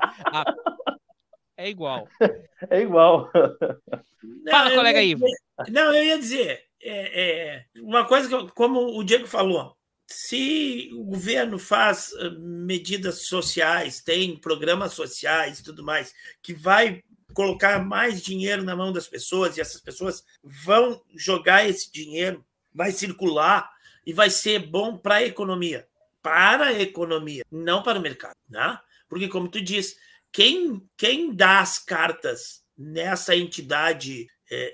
É igual. É igual. Fala, colega Ivo. Não, eu ia dizer, uma coisa que, como o Diego falou, se o governo faz medidas sociais, tem programas sociais e tudo mais, que vai colocar mais dinheiro na mão das pessoas, e essas pessoas vão jogar esse dinheiro, vai circular e vai ser bom para a economia, não para o mercado, né? Porque, como tu diz, quem dá as cartas nessa entidade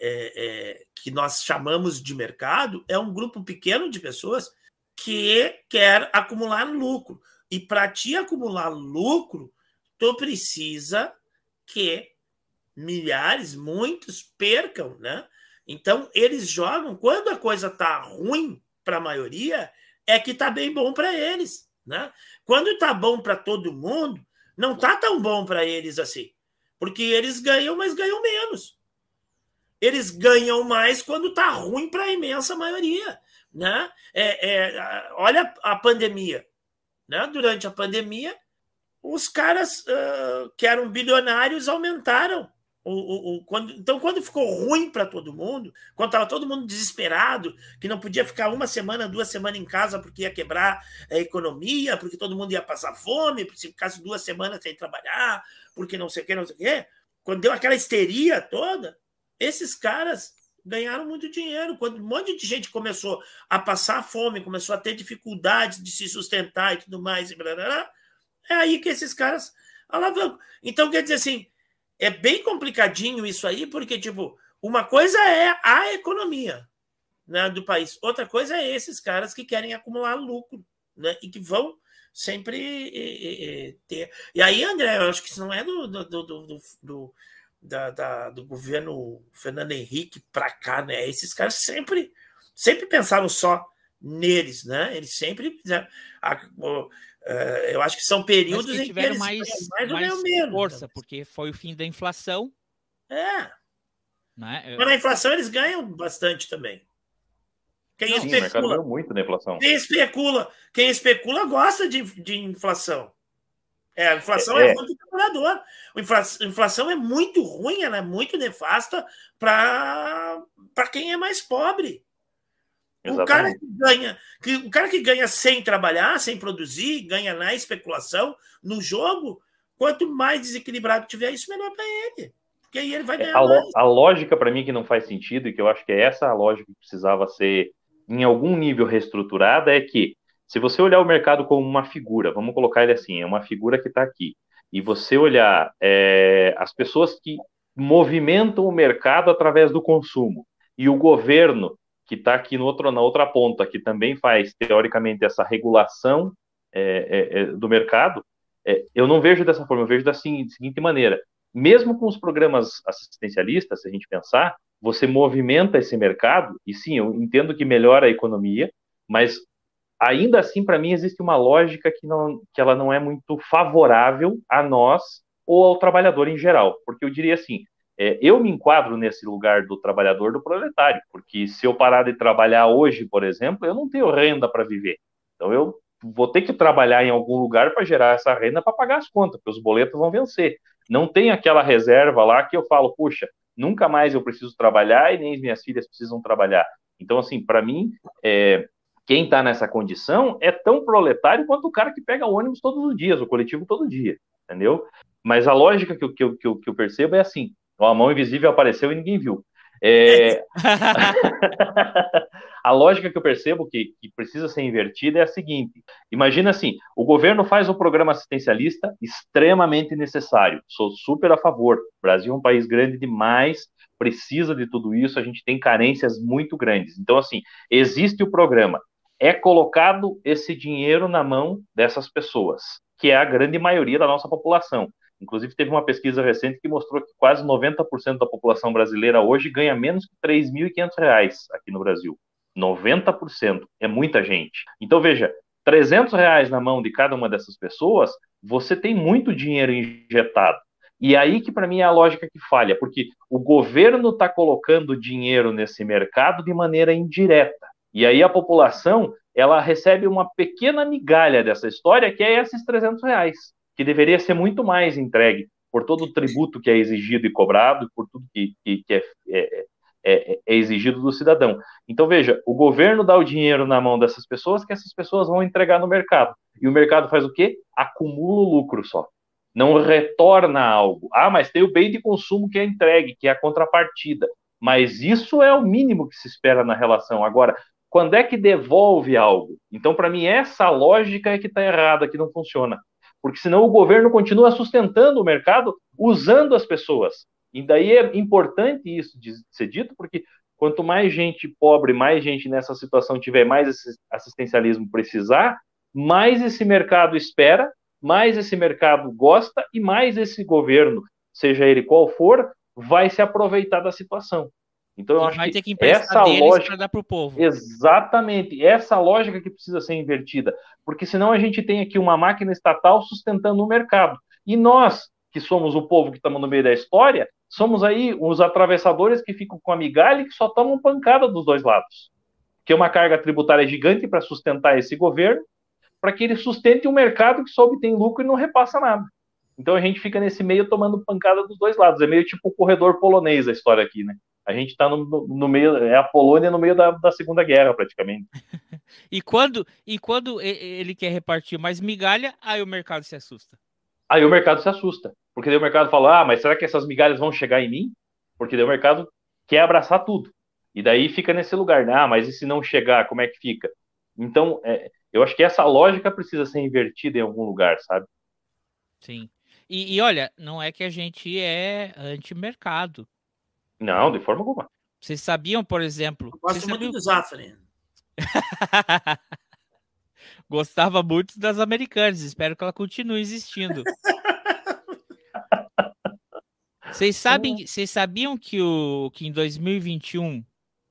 que nós chamamos de mercado é um grupo pequeno de pessoas que quer acumular lucro. E para te acumular lucro, tu precisa que milhares, muitos percam, né? Então, eles jogam, quando a coisa está ruim para a maioria, é que está bem bom para eles, né? Quando está bom para todo mundo, não está tão bom para eles assim, porque eles ganham, mas ganham menos. Eles ganham mais quando está ruim para a imensa maioria, né? Olha a pandemia, né? Durante a pandemia, os caras que eram bilionários aumentaram. Então, quando ficou ruim para todo mundo, quando estava todo mundo desesperado, que não podia ficar 1 semana, 2 semanas em casa porque ia quebrar a economia, porque todo mundo ia passar fome, se ficasse 2 semanas sem trabalhar, porque não sei o quê, quando deu aquela histeria toda, esses caras ganharam muito dinheiro. Quando um monte de gente começou a passar fome, começou a ter dificuldade de se sustentar e tudo mais, é aí que esses caras alavancam. Então, quer dizer assim, é bem complicadinho isso aí, porque, tipo, uma coisa é a economia, né, do país, outra coisa é esses caras que querem acumular lucro, né, e que vão sempre ter. E aí, André, eu acho que isso não é do governo Fernando Henrique para cá, né? Esses caras sempre pensaram só neles, né? Eles sempre fizeram. Eu acho que são períodos em que tiveram eles mais menos, força, porque foi o fim da inflação. Né? Mas na inflação eles ganham bastante também. Quem especula, o mercado ganhou muito na inflação. Quem especula gosta de inflação. A inflação é muito calculadora. A inflação é muito ruim, ela é muito nefasta para quem é mais pobre. O cara que ganha sem trabalhar, sem produzir, ganha na especulação, no jogo, quanto mais desequilibrado tiver, isso melhor para ele. Porque aí ele vai ganhar mais. A lógica, para mim, que não faz sentido, e que eu acho que é essa a lógica que precisava ser, em algum nível, reestruturada, é que, se você olhar o mercado como uma figura, vamos colocar ele assim, é uma figura que está aqui, e você olhar as pessoas que movimentam o mercado através do consumo, e o governo que está aqui na outra ponta, que também faz, teoricamente, essa regulação do mercado, eu não vejo dessa forma, eu vejo da seguinte maneira: mesmo com os programas assistencialistas, se a gente pensar, você movimenta esse mercado, e sim, eu entendo que melhora a economia, mas ainda assim, para mim, existe uma lógica que ela não é muito favorável a nós ou ao trabalhador em geral, porque eu diria assim, eu me enquadro nesse lugar do trabalhador, do proletário, porque se eu parar de trabalhar hoje, por exemplo, eu não tenho renda para viver. Então eu vou ter que trabalhar em algum lugar para gerar essa renda para pagar as contas, porque os boletos vão vencer. Não tem aquela reserva lá que eu falo, puxa, nunca mais eu preciso trabalhar e nem as minhas filhas precisam trabalhar. Então, assim, para mim, quem está nessa condição é tão proletário quanto o cara que pega o ônibus todos os dias, o coletivo todo dia, entendeu? Mas a lógica que eu percebo é assim, A mão invisível apareceu e ninguém viu. A lógica que eu percebo que precisa ser invertida é a seguinte: imagina assim, o governo faz um programa assistencialista extremamente necessário, sou super a favor, o Brasil é um país grande demais, precisa de tudo isso, a gente tem carências muito grandes, então assim, existe o programa, é colocado esse dinheiro na mão dessas pessoas, que é a grande maioria da nossa população. Inclusive, teve uma pesquisa recente que mostrou que quase 90% da população brasileira hoje ganha menos que R$3.500 aqui no Brasil. 90%. É muita gente. Então, veja, R$300 na mão de cada uma dessas pessoas, você tem muito dinheiro injetado. E aí que, para mim, é a lógica que falha, porque o governo está colocando dinheiro nesse mercado de maneira indireta. E aí a população, ela recebe uma pequena migalha dessa história, que é esses R$300. Que deveria ser muito mais entregue por todo o tributo que é exigido e cobrado, por tudo que é exigido do cidadão. Então, veja, o governo dá o dinheiro na mão dessas pessoas, que essas pessoas vão entregar no mercado. E o mercado faz o quê? Acumula o lucro só. Não retorna algo. Mas tem o bem de consumo que é entregue, que é a contrapartida. Mas isso é o mínimo que se espera na relação. Agora, quando é que devolve algo? Então, para mim, essa lógica é que está errada, que não funciona. Porque senão o governo continua sustentando o mercado usando as pessoas. E daí é importante isso de ser dito, porque quanto mais gente pobre, mais gente nessa situação tiver, mais esse assistencialismo precisar, mais esse mercado espera, mais esse mercado gosta e mais esse governo, seja ele qual for, vai se aproveitar da situação. Então eu acho que essa lógica dar pro povo. Exatamente, essa lógica que precisa ser invertida, porque senão a gente tem aqui uma máquina estatal sustentando o mercado. E nós, que somos o povo que estamos no meio da história, somos aí os atravessadores que ficam com a migalha e que só tomam pancada dos dois lados. Que é uma carga tributária gigante para sustentar esse governo, para que ele sustente um mercado que só obtém lucro e não repassa nada. Então a gente fica nesse meio tomando pancada dos dois lados. É meio tipo o corredor polonês a história aqui, né? A gente está no meio, é a Polônia no meio da Segunda Guerra, praticamente. E quando ele quer repartir mais migalha, aí o mercado se assusta. Aí o mercado se assusta. Porque daí o mercado fala, mas será que essas migalhas vão chegar em mim? Porque daí o mercado quer abraçar tudo. E daí fica nesse lugar, né? Mas e se não chegar, como é que fica? Então, eu acho que essa lógica precisa ser invertida em algum lugar, sabe? Sim. E olha, não é que a gente é anti-mercado. Não, de forma alguma. Vocês sabiam, por exemplo... Eu gosto muito do Zafari. Gostava muito das Americanas. Espero que ela continue existindo. Vocês sabiam que em 2021...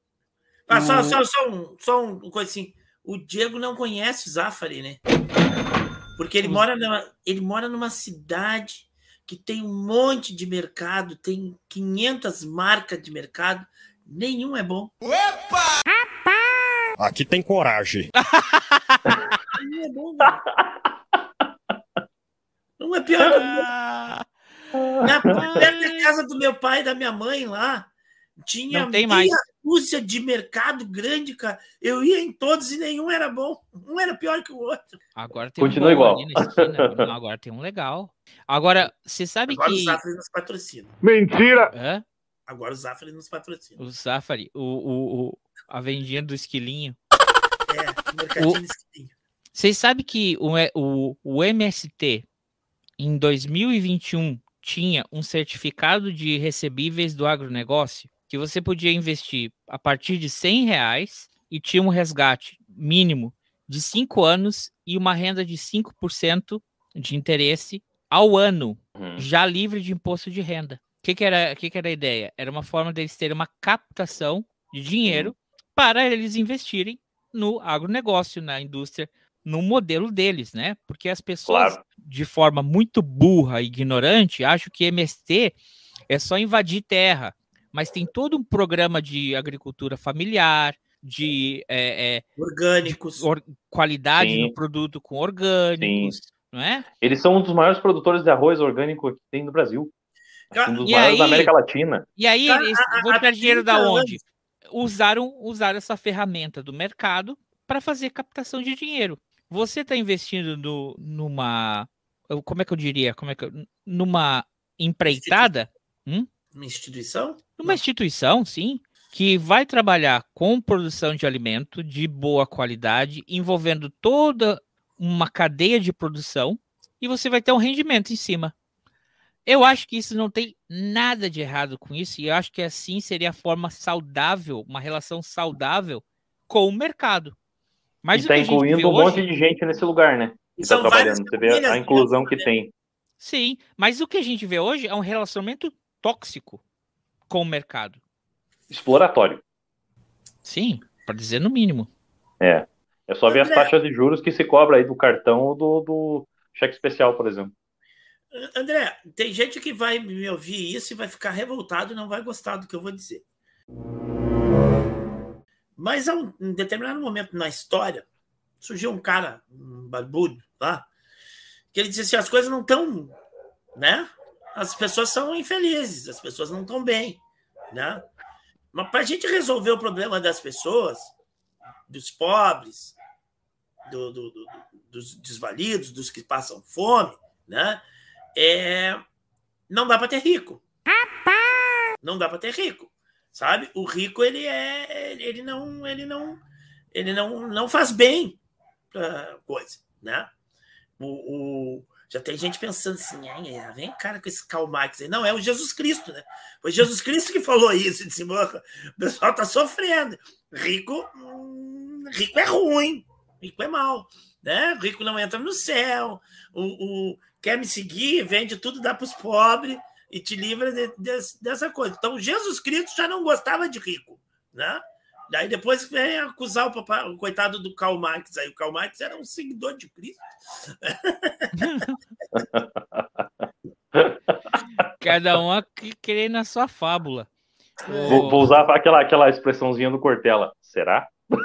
Só uma coisa assim. O Diego não conhece o Zafari, né? Porque ele mora numa cidade que tem um monte de mercado, tem 500 marcas de mercado, nenhum é bom. Opa! Aqui tem coragem. Nenhum é bom, não. Não é pior que perto da casa do meu pai e da minha mãe lá, tinha meia dúzia de mercado grande, cara. Eu ia em todos e nenhum era bom. Um era pior que o outro. Agora tem Continua igual. Ali na esquina. Não, agora tem um legal. Agora, você sabe agora que... o Zafari nos patrocina. Mentira! Hã? Agora o Zafari nos patrocina. O Zafari, a vendinha do esquilinho. O mercadinho do esquilinho. Vocês sabem que o MST, em 2021, tinha um certificado de recebíveis do agronegócio que você podia investir a partir de R$100 e tinha um resgate mínimo de 5 anos e uma renda de 5% de interesse ao ano, já livre de imposto de renda. O que era a ideia? Era uma forma deles terem uma captação de dinheiro para eles investirem no agronegócio, na indústria, no modelo deles, né? Porque as pessoas, de forma muito burra e ignorante, acham que MST é só invadir terra, mas tem todo um programa de agricultura familiar, de orgânicos, qualidade no produto com orgânicos, não é? Eles são um dos maiores produtores de arroz orgânico que tem no Brasil. Um dos maiores da América Latina. E aí, eles vão tirar dinheiro da onde? Usaram essa ferramenta do mercado para fazer captação de dinheiro. Você está investindo numa... Como é que eu diria? Numa empreitada? Uma instituição? Uma instituição, sim, que vai trabalhar com produção de alimento de boa qualidade, envolvendo toda uma cadeia de produção, e você vai ter um rendimento em cima. Eu acho que isso não tem nada de errado com isso, e eu acho que assim seria a forma saudável, uma relação saudável com o mercado. Mas e está incluindo um monte de gente nesse lugar, né? Que está trabalhando. Você vê a inclusão que tem. Sim, mas o que a gente vê hoje é um relacionamento tóxico com o mercado. Exploratório. Sim, para dizer no mínimo. É só ver as taxas de juros que se cobra aí do cartão ou do cheque especial, por exemplo. André, tem gente que vai me ouvir isso e vai ficar revoltado e não vai gostar do que eu vou dizer. Mas a um determinado momento na história, surgiu um cara, um barbudo lá, que ele disse assim, as coisas não estão, né? As pessoas são infelizes, as pessoas não estão bem, né? Mas para a gente resolver o problema das pessoas, dos pobres, dos desvalidos, dos que passam fome, né? Não dá para ter rico. Não dá para ter rico, sabe? O rico ele não faz bem para coisa, né? Já tem gente pensando assim, vem cara com esse Karl Marx aí. Não, é o Jesus Cristo, né? Foi Jesus Cristo que falou isso. Disse, o pessoal tá sofrendo. Rico é ruim. Rico é mau. Né? Rico não entra no céu. Quer me seguir, vende tudo, dá para os pobres e te livra dessa coisa. Então, Jesus Cristo já não gostava de rico, né? Daí depois vem acusar o coitado do Karl Marx. Aí o Karl Marx era um seguidor de Cristo. Cada um querendo a sua fábula. Vou usar aquela expressãozinha do Cortella. Será?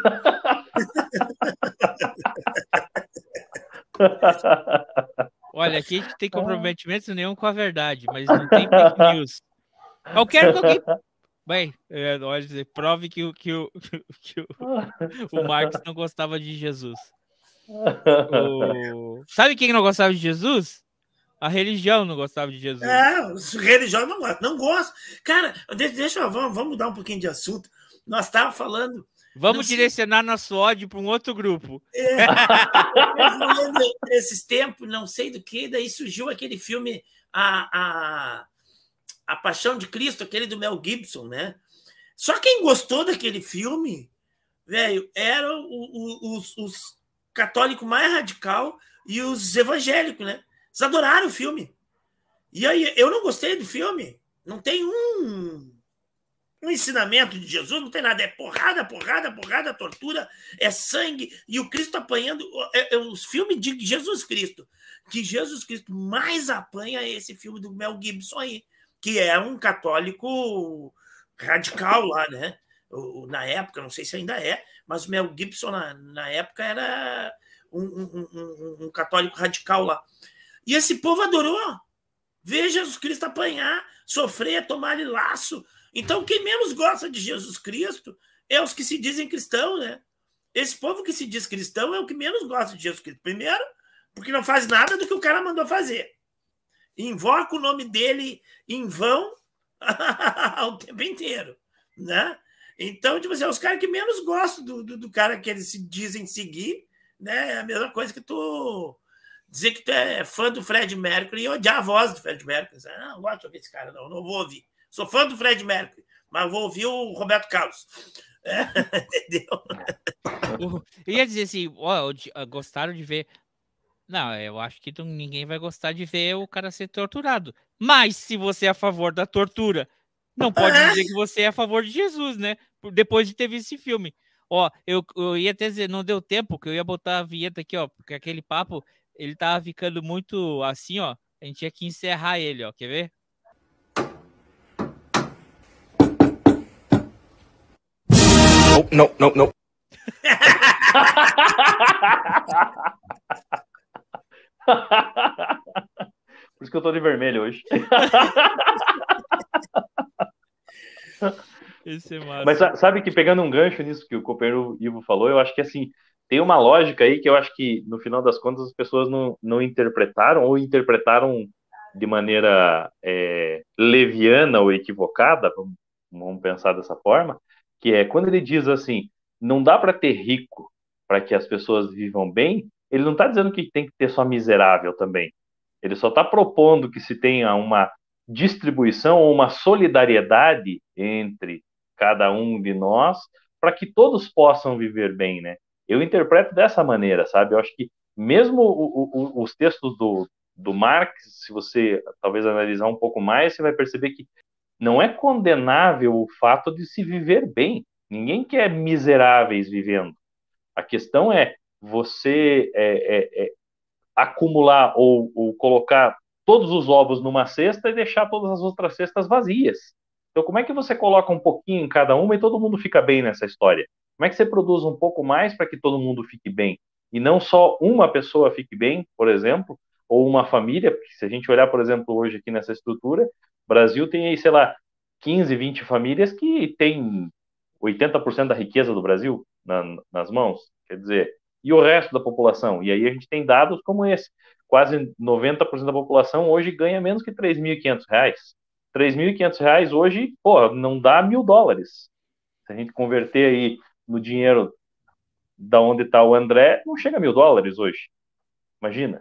Olha, aqui a gente tem comprometimento nenhum com a verdade, mas não tem fake news. Eu quero que alguém... Bem, olha, prove que o Marx não gostava de Jesus. Sabe quem não gostava de Jesus? A religião não gostava de Jesus. A religião não gosta. Cara, vamos mudar um pouquinho de assunto. Nós estávamos falando... Vamos direcionar nosso ódio para um outro grupo. Esses tempos, não sei do que, daí surgiu aquele filme A Paixão de Cristo, aquele do Mel Gibson, né? Só quem gostou daquele filme, velho, eram os católicos mais radical e os evangélicos, né? Eles adoraram o filme. E aí, eu não gostei do filme. Não tem um ensinamento de Jesus, não tem nada. É porrada, tortura, é sangue, e o Cristo apanhando. Os filmes de Jesus Cristo. Que Jesus Cristo mais apanha é esse filme do Mel Gibson aí, que é um católico radical lá, né? Na época, não sei se ainda é, mas o Mel Gibson na época era um católico radical lá. E esse povo adorou ver Jesus Cristo apanhar, sofrer, tomar-lhe laço. Então, quem menos gosta de Jesus Cristo é os que se dizem cristãos, né? Esse povo que se diz cristão é o que menos gosta de Jesus Cristo. Primeiro, porque não faz nada do que o cara mandou fazer. Invoca o nome dele em vão o tempo inteiro, né? Então, tipo assim, os caras que menos gostam do cara que eles se dizem seguir, né? É a mesma coisa que tu dizer que tu é fã do Fred Mercury e odiar a voz do Fred Mercury. Não gosto de ouvir esse cara, não vou ouvir. Sou fã do Fred Mercury, mas vou ouvir o Roberto Carlos. Entendeu? Eu ia dizer assim, gostaram de ver... Não, eu acho que ninguém vai gostar de ver o cara ser torturado. Mas se você é a favor da tortura, não pode dizer que você é a favor de Jesus, né? Depois de ter visto esse filme. Eu ia até dizer, não deu tempo, que eu ia botar a vinheta aqui, porque aquele papo, ele tava ficando muito assim, a gente tinha que encerrar ele, quer ver? Não. Por isso que eu tô de vermelho hoje. Esse é massa. Mas sabe que, pegando um gancho nisso que o companheiro Ivo falou, eu acho que assim, tem uma lógica aí que eu acho que, no final das contas, as pessoas não interpretaram ou interpretaram de maneira leviana ou equivocada, vamos pensar dessa forma, que é quando ele diz assim, não dá para ter rico para que as pessoas vivam bem, ele não está dizendo que tem que ter só miserável também. Ele só está propondo que se tenha uma distribuição ou uma solidariedade entre cada um de nós para que todos possam viver bem, né? Eu interpreto dessa maneira, sabe? Eu acho que mesmo os textos do Marx, se você talvez analisar um pouco mais, você vai perceber que não é condenável o fato de se viver bem. Ninguém quer miseráveis vivendo. A questão é você acumular ou colocar todos os ovos numa cesta e deixar todas as outras cestas vazias. Então, como é que você coloca um pouquinho em cada uma e todo mundo fica bem nessa história? Como é que você produz um pouco mais para que todo mundo fique bem? E não só uma pessoa fique bem, por exemplo, ou uma família, porque se a gente olhar, por exemplo, hoje aqui nessa estrutura, o Brasil tem aí, sei lá, 15, 20 famílias que têm 80% da riqueza do Brasil nas mãos, quer dizer, e o resto da população? E aí a gente tem dados como esse, quase 90% da população hoje ganha menos que R$3.500. R$3.500 hoje, pô, não dá $1.000. Se a gente converter aí no dinheiro da onde está o André, não chega a $1.000 hoje. Imagina,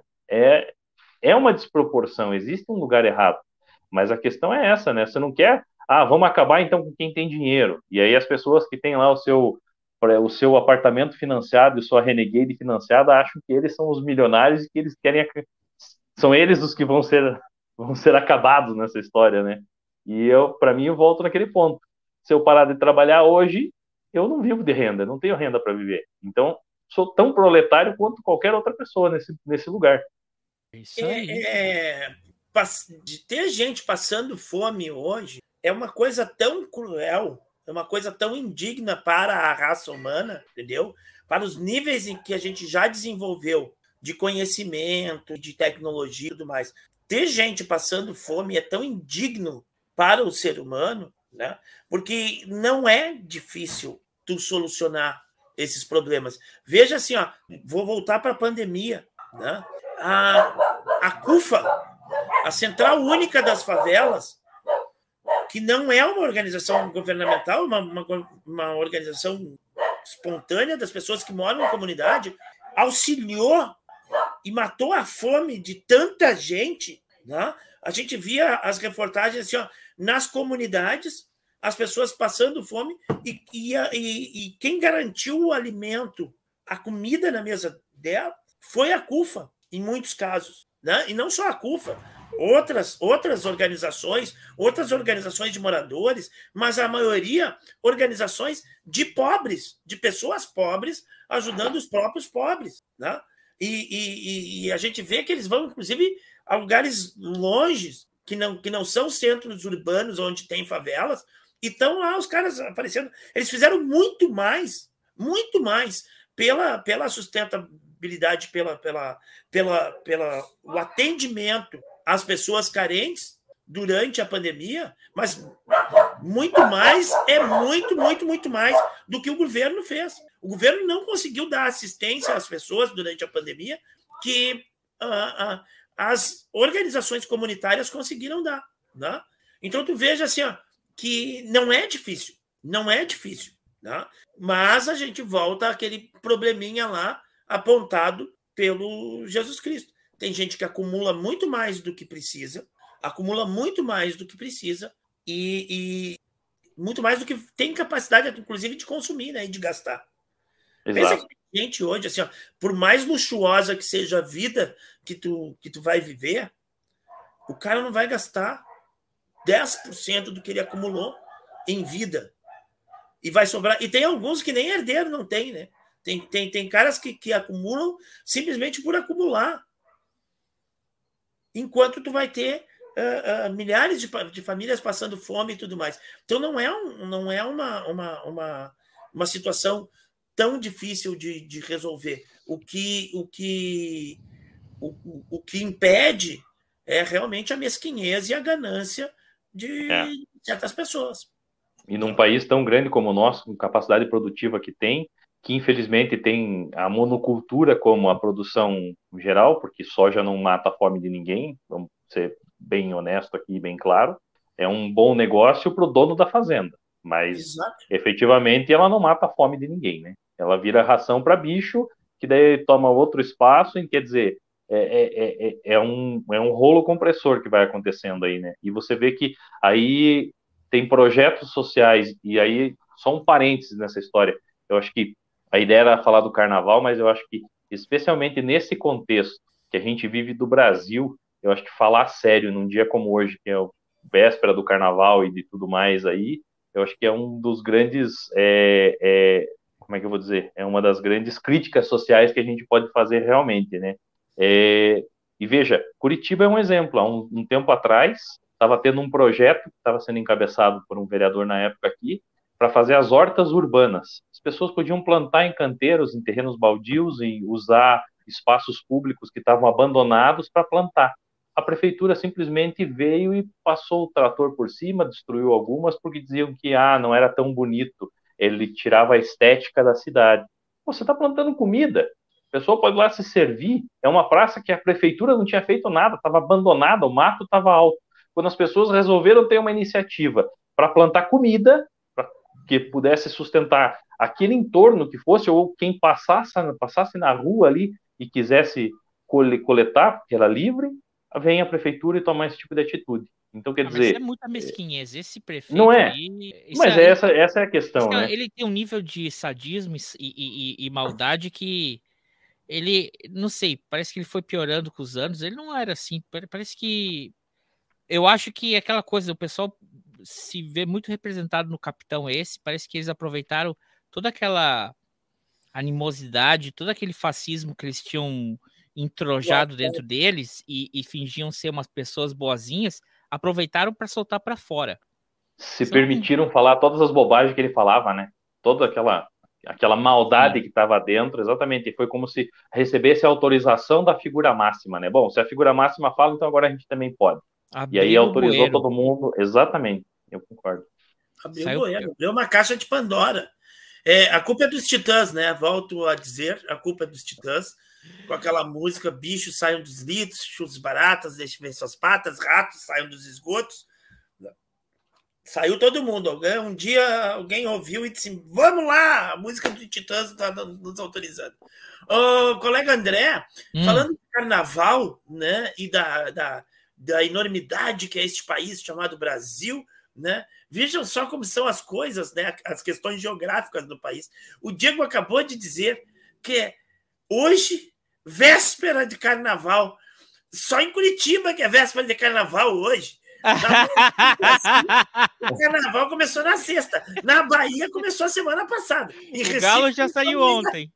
é uma desproporção, existe um lugar errado. Mas a questão é essa, né? Você não quer, vamos acabar então com quem tem dinheiro. E aí as pessoas que têm lá o seu apartamento financiado e sua Renegade financiada acham que eles são os milionários e que eles querem, são eles os que vão ser acabados nessa história, né? E para mim, eu volto naquele ponto. Se eu parar de trabalhar hoje, eu não vivo de renda, não tenho renda para viver. Então, sou tão proletário quanto qualquer outra pessoa nesse lugar. Isso aí. De ter gente passando fome hoje é uma coisa tão cruel, é uma coisa tão indigna para a raça humana, entendeu? Para os níveis em que a gente já desenvolveu de conhecimento, de tecnologia e tudo mais. Ter gente passando fome é tão indigno para o ser humano, né? Porque não é difícil tu solucionar esses problemas. Veja assim, vou voltar para a pandemia, né? A CUFA, a Central Única das Favelas, que não é uma organização governamental, uma organização espontânea das pessoas que moram na comunidade, auxiliou e matou a fome de tanta gente, né? A gente via as reportagens assim, nas comunidades, as pessoas passando fome e quem garantiu o alimento, a comida na mesa dela, foi a CUFA, em muitos casos, né? E não só a CUFA, outras organizações de moradores, mas a maioria organizações de pobres, de pessoas pobres, ajudando os próprios pobres, né? E a gente vê que eles vão, inclusive, a lugares longes, que não são centros urbanos onde tem favelas, e estão lá os caras aparecendo. Eles fizeram muito mais pela sustentabilidade, o atendimento às pessoas carentes durante a pandemia, mas muito mais do que o governo fez. O governo não conseguiu dar assistência às pessoas durante a pandemia que as organizações comunitárias conseguiram dar, né? Então, tu veja assim, que não é difícil, né? Mas a gente volta àquele probleminha lá apontado pelo Jesus Cristo. Tem gente que acumula muito mais do que precisa, e muito mais do que tem capacidade, inclusive, de consumir, né, e de gastar. Exato. Pensa que tem gente hoje, assim, por mais luxuosa que seja a vida que tu vai viver, o cara não vai gastar 10% do que ele acumulou em vida. E vai sobrar. E tem alguns que nem herdeiro não tem, né? Tem caras que acumulam simplesmente por acumular. Enquanto tu vai ter milhares de famílias passando fome e tudo mais. Então não é uma situação tão difícil de resolver. O que impede é realmente a mesquinhez e a ganância de certas pessoas. E num país tão grande como o nosso, com capacidade produtiva que infelizmente tem a monocultura como a produção geral, porque soja não mata a fome de ninguém, vamos ser bem honesto aqui, bem claro, é um bom negócio para o dono da fazenda, mas efetivamente ela não mata a fome de ninguém, né? Ela vira ração para bicho, que daí toma outro espaço, e quer dizer, é um rolo compressor que vai acontecendo aí, né? E você vê que aí tem projetos sociais, e aí só um parênteses nessa história. Eu acho que a ideia era falar do carnaval, mas eu acho que, especialmente nesse contexto que a gente vive do Brasil, eu acho que falar sério num dia como hoje, que é a véspera do carnaval e de tudo mais aí, eu acho que é um dos grandes, como é que eu vou dizer? É uma das grandes críticas sociais que a gente pode fazer realmente, né? E veja, Curitiba é um exemplo. Há um tempo atrás, estava tendo um projeto que estava sendo encabeçado por um vereador na época aqui, para fazer as hortas urbanas. As pessoas podiam plantar em canteiros, em terrenos baldios, e usar espaços públicos que estavam abandonados para plantar. A prefeitura simplesmente veio e passou o trator por cima, destruiu algumas, porque diziam que não era tão bonito, ele tirava a estética da cidade. Você está plantando comida, a pessoa pode ir lá se servir, é uma praça que a prefeitura não tinha feito nada, estava abandonada, o mato estava alto. Quando as pessoas resolveram ter uma iniciativa para plantar comida, para que pudesse sustentar aquele entorno que fosse, ou quem passasse na rua ali e quisesse coletar, porque era livre, vem a prefeitura e toma esse tipo de atitude. Então, quer dizer... Mas é muita mesquinhez. Esse prefeito não é, aí, mas essa é a questão, né? Ele tem um nível de sadismo e maldade que ele, não sei, parece que ele foi piorando com os anos. Ele não era assim, parece que... Eu acho que aquela coisa, o pessoal se vê muito representado no Capitão esse, parece que eles aproveitaram toda aquela animosidade, todo aquele fascismo que eles tinham entrojado dentro deles e fingiam ser umas pessoas boazinhas, aproveitaram para soltar para fora. Se permitiram falar todas as bobagens que ele falava, né? Toda aquela maldade que estava dentro, exatamente. Foi como se recebesse a autorização da figura máxima, né? Bom, se a figura máxima fala, então agora a gente também pode. E aí autorizou todo mundo, exatamente, eu concordo. Abriu o bueiro, abriu uma caixa de Pandora. A culpa é dos Titãs, né? Volto a dizer, a culpa é dos Titãs. Com aquela música, bichos saiam dos litros, chutes baratas, deixem ver suas patas, ratos saiam dos esgotos. Saiu todo mundo. Um dia alguém ouviu e disse: vamos lá, a música do Titãs está nos autorizando. O colega André, falando de carnaval, né, e da enormidade que é este país chamado Brasil, né? Vejam só como são as coisas, né? As questões geográficas do país. O Diego acabou de dizer que hoje, véspera de carnaval, só em Curitiba que é véspera de carnaval hoje. O carnaval começou na sexta. Na Bahia começou a semana passada. O Galo já saiu ontem.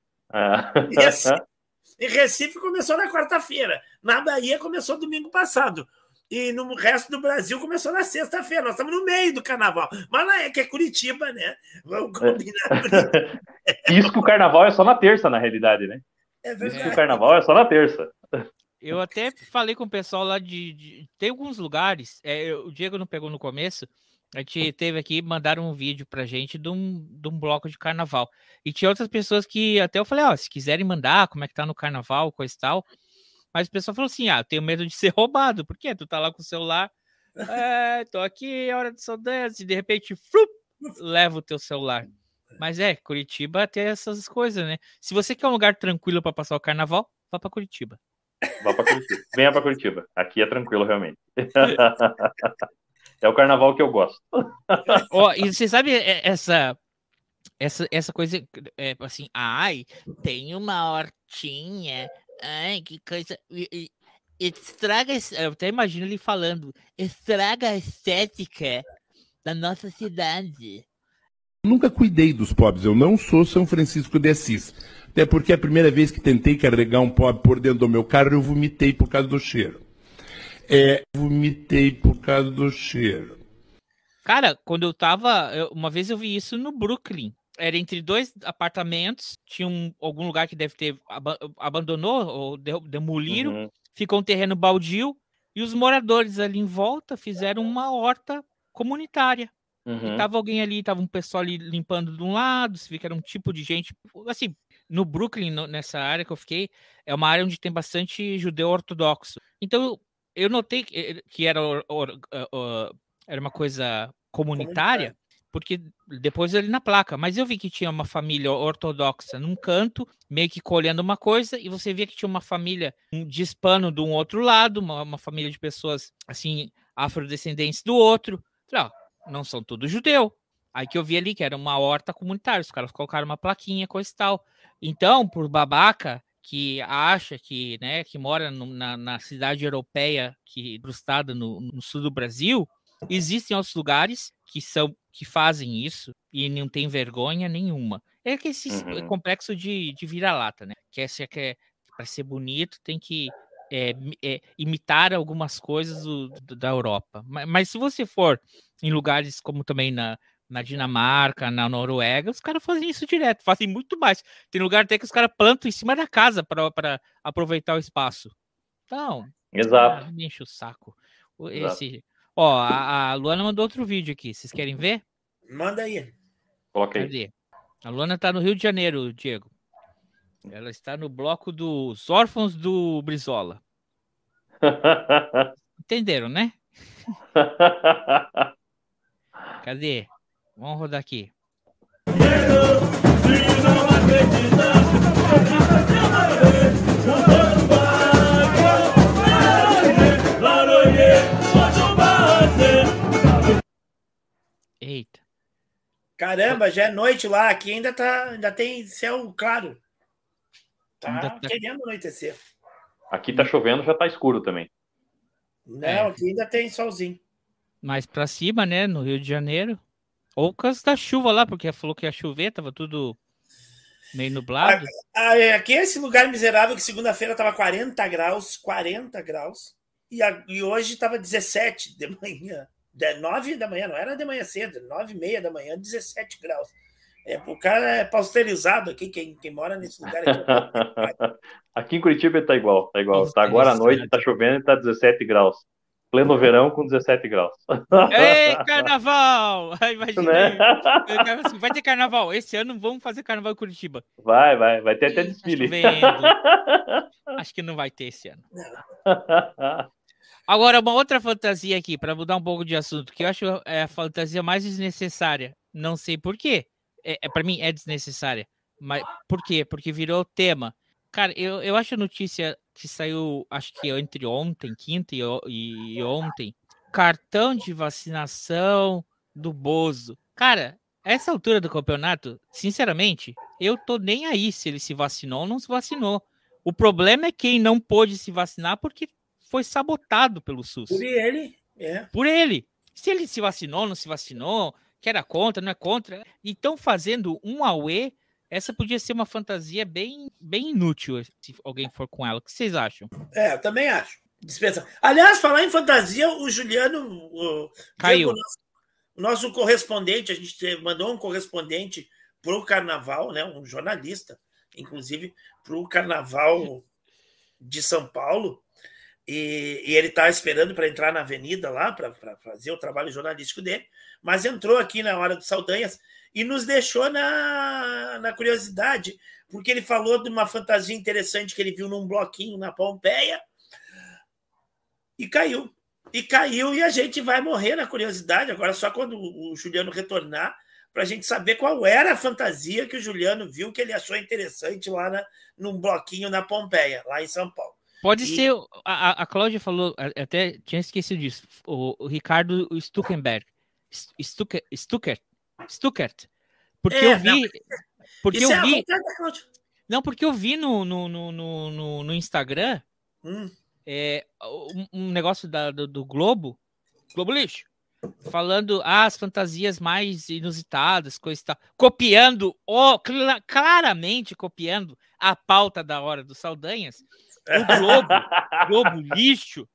Em Recife começou na quarta-feira. Na Bahia começou domingo passado. E no resto do Brasil começou na sexta-feira. Nós estamos no meio do carnaval. Mas não é que é Curitiba, né? Vamos combinar. Isso que o carnaval é só na terça, na realidade, né? É verdade. Isso que o carnaval é só na terça. Eu até falei com o pessoal lá tem alguns lugares, o Diego não pegou no começo, a gente teve aqui, mandaram um vídeo pra gente de um bloco de carnaval. E tinha outras pessoas que até eu falei, se quiserem mandar, como é que tá no carnaval, coisa e tal. Mas o pessoal falou assim, eu tenho medo de ser roubado. Por quê? Tu tá lá com o celular, tô aqui, é hora de saudade, e de repente, leva o teu celular. Mas Curitiba tem essas coisas, né? Se você quer um lugar tranquilo para passar o carnaval, vá pra Curitiba. Vá pra Curitiba. Venha pra Curitiba. Aqui é tranquilo, realmente. É o carnaval que eu gosto. E você sabe essa coisa, assim, tem uma hortinha, que coisa, estraga, eu até imagino ele falando, estraga a estética da nossa cidade. Nunca cuidei dos pobres, eu não sou São Francisco de Assis. Até porque a primeira vez que tentei carregar um pobre por dentro do meu carro, eu vomitei por causa do cheiro. Cara, quando eu tava... uma vez eu vi isso no Brooklyn. Era entre dois apartamentos, tinha algum lugar que deve ter abandonou ou demoliram, ficou um terreno baldio, e os moradores ali em volta fizeram uma horta comunitária. E tava alguém ali, tava um pessoal ali limpando de um lado, se vê que era um tipo de gente, assim, no Brooklyn, nessa área que eu fiquei, é uma área onde tem bastante judeu ortodoxo. Então, eu notei que era era uma coisa comunitária, porque depois ele na placa, mas eu vi que tinha uma família ortodoxa num canto, meio que colhendo uma coisa, e você via que tinha uma família de hispano de um outro lado, uma família de pessoas, assim, afrodescendentes do outro. Falei, ó, não são todos judeu. Aí que eu vi ali que era uma horta comunitária, os caras colocaram uma plaquinha, coisa e tal. Então, por babaca que acha que, né, que mora na cidade europeia, que incrustada no sul do Brasil, existem outros lugares que fazem isso e não tem vergonha nenhuma. É que esse complexo de vira-lata, né? Que para ser bonito tem que imitar algumas coisas da Europa. Mas se você for em lugares como também na Dinamarca, na Noruega, os caras fazem isso direto, fazem muito mais. Tem lugar até que os caras plantam em cima da casa para aproveitar o espaço. Então, exato. Me enche o saco. Ó, a Luana mandou outro vídeo aqui. Vocês querem ver? Manda aí. Coloca aí. Cadê? A Luana tá no Rio de Janeiro, Diego. Ela está no bloco dos órfãos do Brizola. Entenderam, né? Cadê? Vamos rodar aqui. Eita. Caramba, já é noite lá. Aqui ainda tem céu claro. Tá querendo anoitecer. Aqui tá chovendo, já tá escuro também. Não, aqui ainda tem solzinho. Mais pra cima, né? No Rio de Janeiro. Ou por causa da chuva lá, porque falou que ia chover, tava tudo meio nublado. Aqui é esse lugar miserável que segunda-feira tava 40 graus. E hoje tava 17 de manhã. 9 da manhã, não era de manhã cedo, 9h30 da manhã, 17 graus. O cara é pasteurizado aqui, quem mora nesse lugar aqui. Aqui em Curitiba tá igual. Tá agora à noite, tá chovendo e tá 17 graus. Pleno verão com 17 graus. Ei, carnaval! Imagina, né? Vai ter carnaval. Esse ano vamos fazer carnaval em Curitiba. Vai ter até desfile. Acho que não vai ter esse ano. Agora, uma outra fantasia aqui, para mudar um pouco de assunto, que eu acho a fantasia mais desnecessária. Não sei por quê. Para mim é desnecessária. Mas por quê? Porque virou tema. Cara, eu acho a notícia que saiu, acho que entre ontem, quinta e ontem, cartão de vacinação do Bozo. Cara, essa altura do campeonato, sinceramente, eu tô nem aí se ele se vacinou ou não se vacinou. O problema é quem não pôde se vacinar porque foi sabotado pelo SUS. Por ele, Por ele. Se ele se vacinou, não se vacinou, que era contra, não é contra. Então, fazendo um auê, essa podia ser uma fantasia bem inútil, se alguém for com ela. O que vocês acham? Eu também acho. Dispensa. Aliás, falar em fantasia, o Juliano caiu. O nosso correspondente, a gente mandou um correspondente para o Carnaval, né, um jornalista, inclusive, para o Carnaval de São Paulo. E ele está esperando para entrar na avenida lá, para fazer o trabalho jornalístico dele, mas entrou aqui na hora dos Saldanhas e nos deixou na curiosidade, porque ele falou de uma fantasia interessante que ele viu num bloquinho na Pompeia e caiu. E a gente vai morrer na curiosidade, agora só quando o Juliano retornar, para a gente saber qual era a fantasia que o Juliano viu que ele achou interessante lá num bloquinho na Pompeia, lá em São Paulo. Pode ser, a Cláudia falou, até tinha esquecido disso, o Ricardo Stuckenberg. Stuckert. Porque eu vi. Porque eu vi. Não, porque eu vi no Instagram um negócio do Globo Lixo, falando as fantasias mais inusitadas, coisa e tal, claramente copiando a pauta da Hora dos Saldanhas. O Globo Lixo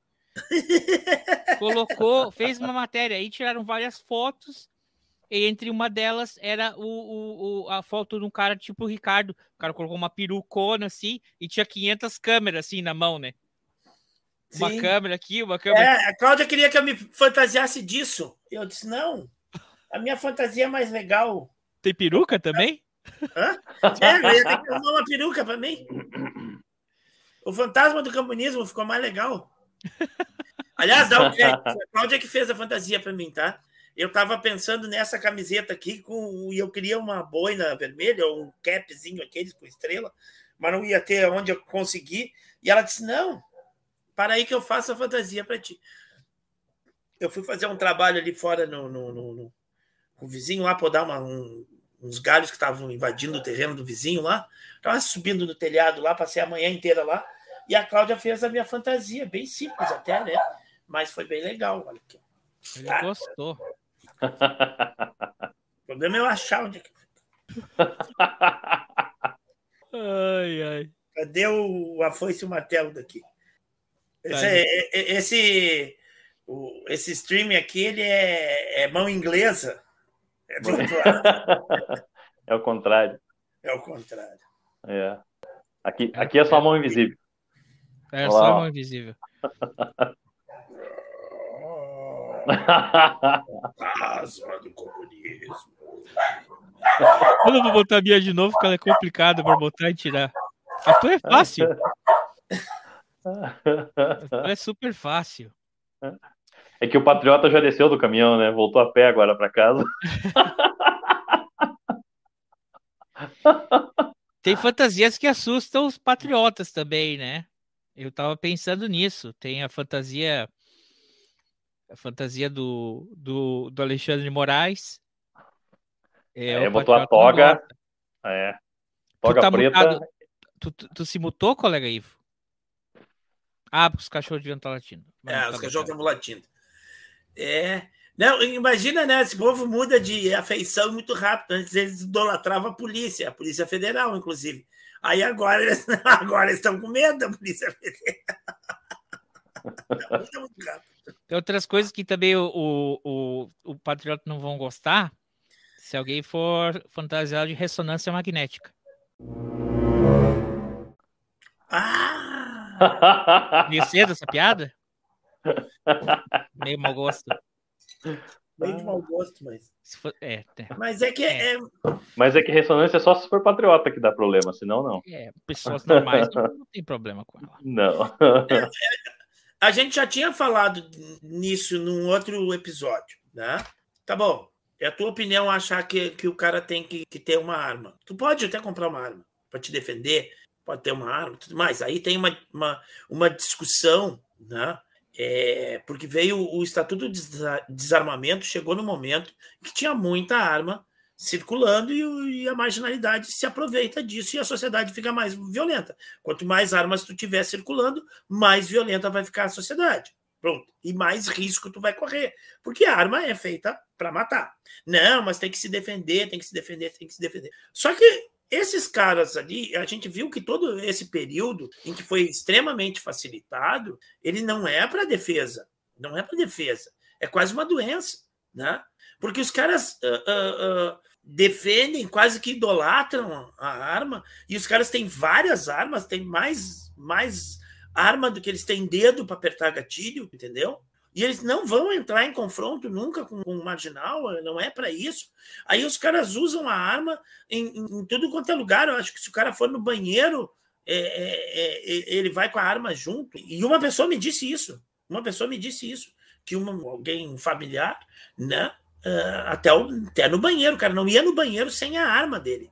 fez uma matéria aí, tiraram várias fotos, e entre uma delas era a foto de um cara tipo o Ricardo. O cara colocou uma perucona assim e tinha 500 câmeras assim na mão, né? Uma Sim. câmera aqui, uma câmera... a Cláudia queria que eu me fantasiasse disso. Eu disse, não, a minha fantasia é mais legal. Tem peruca também? Hã? Eu ia ter que arrumar uma peruca para mim. O fantasma do comunismo ficou mais legal. Aliás, dá um crédito. A Cláudia que fez a fantasia para mim, tá? Eu estava pensando nessa camiseta aqui e eu queria uma boina vermelha ou um capzinho aqueles com estrela, mas não ia ter onde eu conseguir. E ela disse, não, para aí que eu faço a fantasia para ti. Eu fui fazer um trabalho ali fora com o vizinho lá, podar uns galhos que estavam invadindo o terreno do vizinho lá. Estava subindo no telhado lá, passei a manhã inteira lá. E a Cláudia fez a minha fantasia, bem simples até, né? Mas foi bem legal. Olha aqui. Ele gostou. O problema é eu achar onde é que... Ai, ai. Cadê a foice e o martelo daqui? Esse streaming aqui, ele é mão inglesa. É do outro lado. É o contrário. É o contrário. É. Aqui é só a mão invisível. É só a mão invisível. Asma do comunismo. Eu não vou botar a minha de novo, porque ela é complicada para botar e tirar. A tua é fácil. A tua é super fácil. É que o patriota já desceu do caminhão, né? Voltou a pé agora para casa. Tem fantasias que assustam os patriotas também, né? Eu tava pensando nisso. Tem a fantasia do Alexandre de Moraes. Botou a toga. Toga preta. Tu se mutou, colega Ivo? Ah, porque os cachorros deviam estar latindo. Os cachorros estão latindo. Não, imagina, né? Esse povo muda de afeição muito rápido. Antes eles idolatravam a Polícia Federal, inclusive. Aí agora eles estão com medo da Polícia Federal. Muda muito rápido. Tem outras coisas que também o patriota não vão gostar se alguém for fantasiado de ressonância magnética. Meio cedo essa piada? Meio mau gosto. Meio de mau gosto, mas... Mas Mas é que ressonância é só se for patriota que dá problema, senão não. Pessoas normais não tem problema com ela. Não. A gente já tinha falado nisso num outro episódio, né? Tá bom. É a tua opinião achar que o cara tem que ter uma arma. Tu pode até comprar uma arma para te defender, pode ter uma arma e tudo mais. Aí tem uma discussão, né? Porque veio o Estatuto de Desarmamento, chegou no momento que tinha muita arma circulando e a marginalidade se aproveita disso e a sociedade fica mais violenta. Quanto mais armas tu tiver circulando, mais violenta vai ficar a sociedade. Pronto. E mais risco tu vai correr. Porque a arma é feita para matar. Não, mas tem que se defender, tem que se defender, tem que se defender. Só que esses caras ali, a gente viu que todo esse período em que foi extremamente facilitado, ele não é para defesa. Não é para defesa. É quase uma doença, né? Porque os caras defendem, quase que idolatram a arma, e os caras têm várias armas, têm mais arma do que eles têm dedo para apertar gatilho, entendeu? E eles não vão entrar em confronto nunca com um marginal, não é para isso. Aí os caras usam a arma em tudo quanto é lugar. Eu acho que se o cara for no banheiro, ele vai com a arma junto. E uma pessoa me disse isso. Que alguém familiar, né? Até no banheiro, o cara não ia no banheiro sem a arma dele.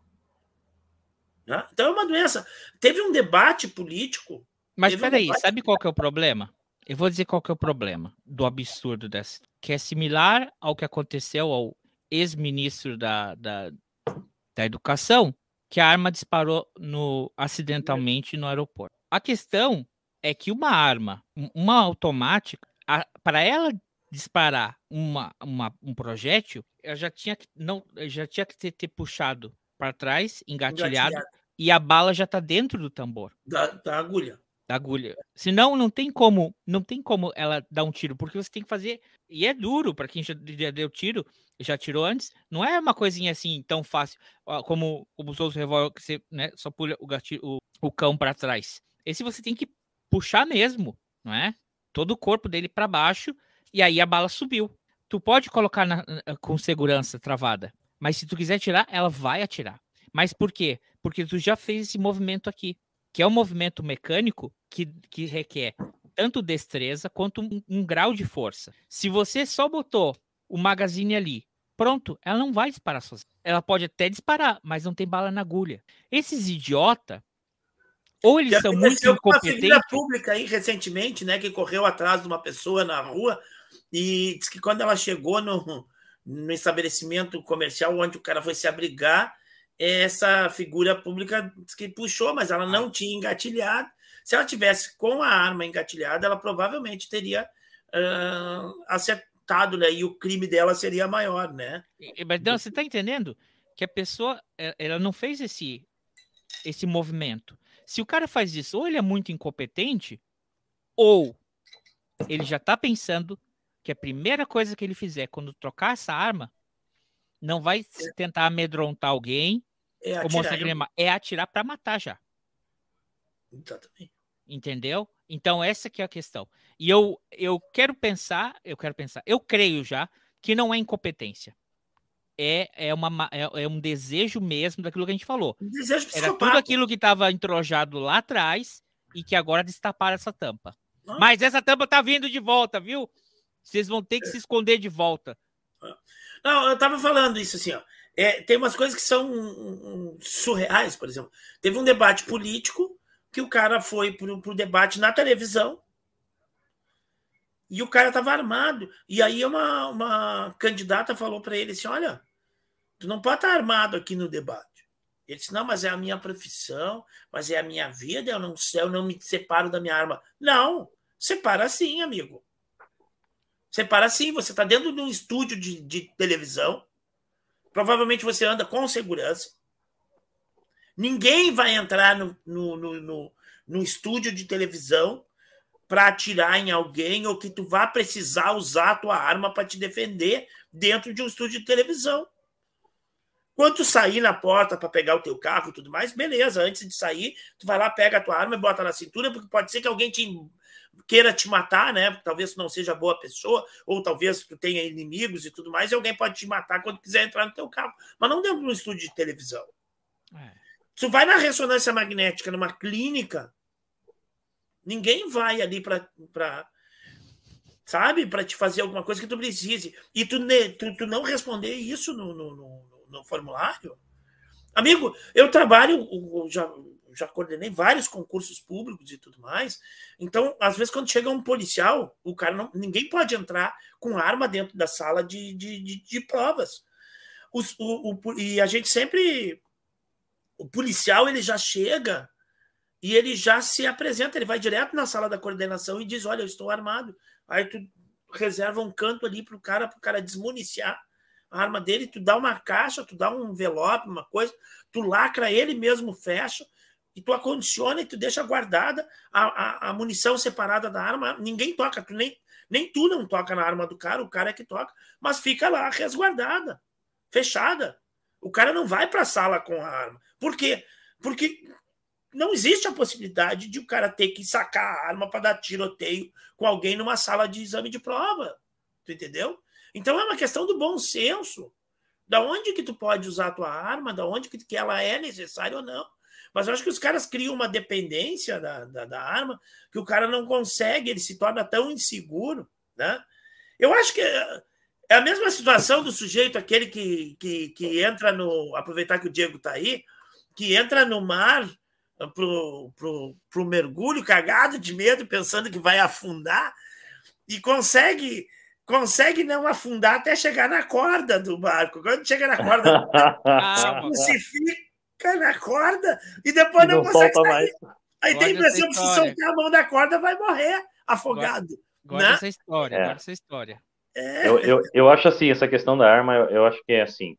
Né? Então é uma doença. Teve um debate político. Mas peraí, sabe qual que é o problema? Eu vou dizer qual que é o problema do absurdo dessa. Que é similar ao que aconteceu ao ex-ministro da Educação, que a arma disparou acidentalmente no aeroporto. A questão é que uma arma, uma automática, para ela disparar um projétil, eu já tinha que ter puxado para trás, engatilhado, e a bala já está dentro do tambor. Da agulha. Da agulha. Senão não tem como ela dar um tiro, porque você tem que fazer, e é duro para quem já deu tiro, já tirou antes, não é uma coisinha assim tão fácil como os outros revólveres que você, né, só pula o cão para trás. Esse você tem que puxar mesmo, não é? Todo o corpo dele para baixo, e aí a bala subiu. Tu pode colocar com segurança travada, mas se tu quiser tirar, ela vai atirar. Mas por quê? Porque tu já fez esse movimento aqui, que é um movimento mecânico que requer tanto destreza quanto um grau de força. Se você só botou o magazine ali, pronto, ela não vai disparar sozinha. Ela pode até disparar, mas não tem bala na agulha. Esses idiotas, ou eles são muito incompetentes... Uma figura pública aí, recentemente, né, que correu atrás de uma pessoa na rua e disse que quando ela chegou no estabelecimento comercial onde o cara foi se abrigar, essa figura pública disse que puxou, mas ela não tinha engatilhado. Se ela tivesse com a arma engatilhada, ela provavelmente teria acertado, né? E o crime dela seria maior, né? Mas não, você está entendendo que a pessoa ela não fez esse movimento. Se o cara faz isso, ou ele é muito incompetente, ou ele já está pensando que a primeira coisa que ele fizer quando trocar essa arma não vai tentar amedrontar alguém, é atirar para matar já. Exatamente. Entendeu? Então essa que é a questão. E eu quero pensar, eu creio já que não é incompetência. É um desejo mesmo daquilo que a gente falou. Era tudo aquilo que estava entrojado lá atrás e que agora destaparam essa tampa. Mas essa tampa tá vindo de volta, viu? Vocês vão ter que se esconder de volta. Não, eu estava falando isso assim, ó. Tem umas coisas que são surreais, por exemplo. Teve um debate político que o cara foi pro debate na televisão e o cara estava armado. E aí uma candidata falou para ele assim, olha, tu não pode estar armado aqui no debate. Ele disse, não, mas é a minha profissão, mas é a minha vida, eu não me separo da minha arma. Não, separa sim, amigo. Separa sim, você está dentro de um estúdio de televisão, provavelmente você anda com segurança. Ninguém vai entrar no estúdio de televisão para atirar em alguém ou que tu vá precisar usar a tua arma para te defender dentro de um estúdio de televisão. Quando tu sair na porta para pegar o teu carro e tudo mais, beleza, antes de sair, tu vai lá, pega a tua arma e bota na cintura, porque pode ser que alguém queira te matar, né? Porque talvez tu não seja boa pessoa, ou talvez tu tenha inimigos e tudo mais, e alguém pode te matar quando quiser entrar no teu carro. Mas não dentro de um estúdio de televisão. Tu vai na ressonância magnética numa clínica, ninguém vai ali para sabe, para te fazer alguma coisa que tu precise. E tu não responder isso no formulário. Amigo, eu trabalho, já coordenei vários concursos públicos e tudo mais. Então, às vezes, quando chega um policial, ninguém pode entrar com arma dentro da sala de provas. E a gente sempre... O policial, ele já chega e ele já se apresenta, ele vai direto na sala da coordenação e diz, olha, eu estou armado. Aí tu reserva um canto ali para o cara desmuniciar a arma dele, tu dá uma caixa, tu dá um envelope, uma coisa, tu lacra ele mesmo, fecha, e tu acondiciona e tu deixa guardada a munição separada da arma. Ninguém toca, nem tu não toca na arma do cara, o cara é que toca, mas fica lá resguardada, fechada. O cara não vai para a sala com a arma. Por quê? Porque não existe a possibilidade de o cara ter que sacar a arma para dar tiroteio com alguém numa sala de exame de prova. Tu entendeu? Então é uma questão do bom senso. Da onde que tu pode usar a tua arma, da onde que ela é necessária ou não. Mas eu acho que os caras criam uma dependência da arma que o cara não consegue, ele se torna tão inseguro, né? Eu acho que é a mesma situação do sujeito, aquele que entra no... Aproveitar que o Diego está aí, que entra no mar pro mergulho, cagado de medo, pensando que vai afundar, e consegue não afundar até chegar na corda do barco. Quando chega na corda do barco, se fica na corda e depois não consegue sair. Mais. Aí tem a impressão que se soltar a mão da corda vai morrer afogado. Guarda essa história, guarda essa história. Eu acho assim, essa questão da arma, eu acho que é assim.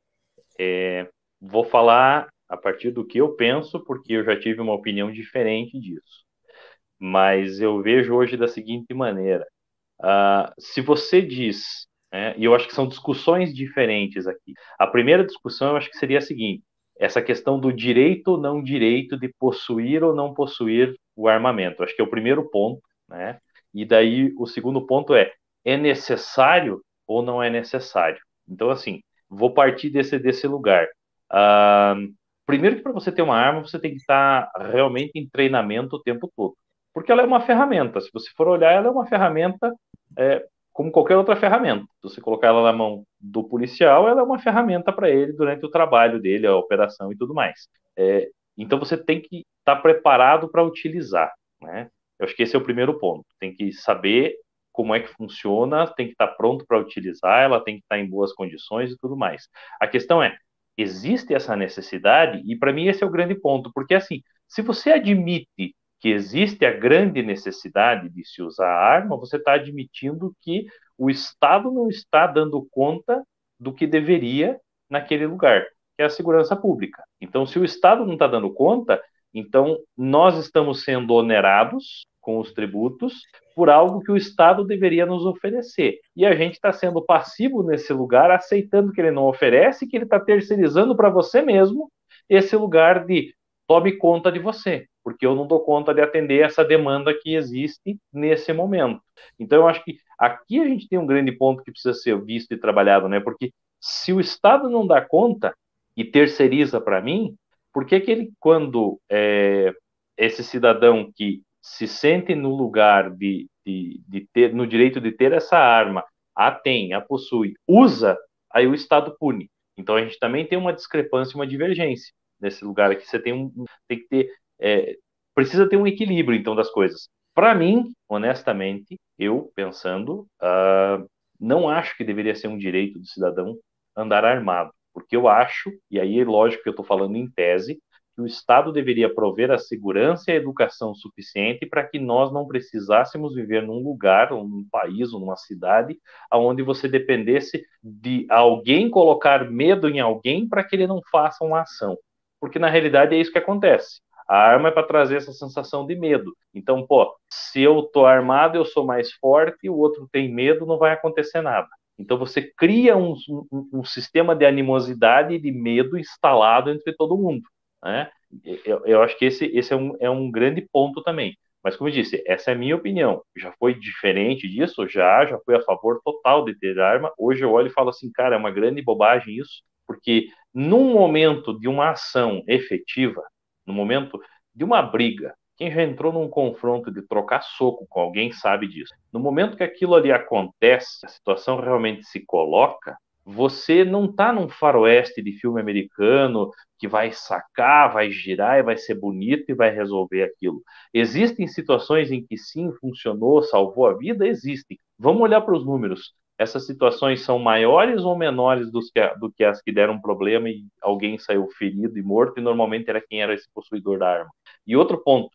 Vou falar a partir do que eu penso, porque eu já tive uma opinião diferente disso. Mas eu vejo hoje da seguinte maneira. Se você diz, e eu acho que são discussões diferentes aqui. A primeira discussão eu acho que seria a seguinte: essa questão do direito ou não direito de possuir ou não possuir o armamento. Acho que é o primeiro ponto, né? E daí o segundo ponto é necessário ou não é necessário? Então, assim, vou partir desse lugar. Primeiro que para você ter uma arma, você tem que estar realmente em treinamento o tempo todo. Porque ela é uma ferramenta. Se você for olhar, ela é uma ferramenta como qualquer outra ferramenta. Se você colocar ela na mão do policial, ela é uma ferramenta para ele durante o trabalho dele, a operação e tudo mais. Então você tem que estar preparado para utilizar, né? Eu acho que esse é o primeiro ponto. Tem que saber como é que funciona, tem que estar pronto para utilizar, ela tem que estar em boas condições e tudo mais. A questão é, existe essa necessidade? E para mim esse é o grande ponto, porque assim, se você admite que existe a grande necessidade de se usar a arma, você está admitindo que o Estado não está dando conta do que deveria naquele lugar, que é a segurança pública. Então, se o Estado não está dando conta, então nós estamos sendo onerados com os tributos por algo que o Estado deveria nos oferecer. E a gente está sendo passivo nesse lugar, aceitando que ele não oferece, que ele está terceirizando para você mesmo esse lugar de tome conta de você, porque eu não dou conta de atender essa demanda que existe nesse momento. Então, eu acho que aqui a gente tem um grande ponto que precisa ser visto e trabalhado, né? Porque se o Estado não dá conta e terceiriza para mim, por que ele, quando esse cidadão que se sente no lugar de ter, no direito de ter essa arma, a tem, a possui, usa, aí o Estado pune. Então, a gente também tem uma discrepância, uma divergência nesse lugar aqui. Você tem que ter, precisa ter um equilíbrio, então, das coisas. Para mim, honestamente, eu pensando, não acho que deveria ser um direito do cidadão andar armado, porque eu acho, e aí é lógico que eu estou falando em tese, que o Estado deveria prover a segurança e a educação suficiente para que nós não precisássemos viver num lugar, ou num país, ou numa cidade, onde você dependesse de alguém colocar medo em alguém para que ele não faça uma ação. Porque, na realidade, é isso que acontece. A arma é para trazer essa sensação de medo. Então, se eu estou armado, eu sou mais forte, o outro tem medo, não vai acontecer nada. Então, você cria um sistema de animosidade e de medo instalado entre todo mundo, né? Eu acho que esse é um grande ponto também. Mas, como eu disse, essa é a minha opinião. Já foi diferente disso? Já fui a favor total de ter arma. Hoje eu olho e falo assim, cara, é uma grande bobagem isso, porque num momento de uma ação efetiva, no momento de uma briga, quem já entrou num confronto de trocar soco com alguém sabe disso. No momento que aquilo ali acontece, a situação realmente se coloca, você não está num faroeste de filme americano que vai sacar, vai girar e vai ser bonito e vai resolver aquilo. Existem situações em que sim, funcionou, salvou a vida? Existem. Vamos olhar para os números. Essas situações são maiores ou menores do que as que deram problema e alguém saiu ferido e morto, e normalmente era quem era esse possuidor da arma. E outro ponto,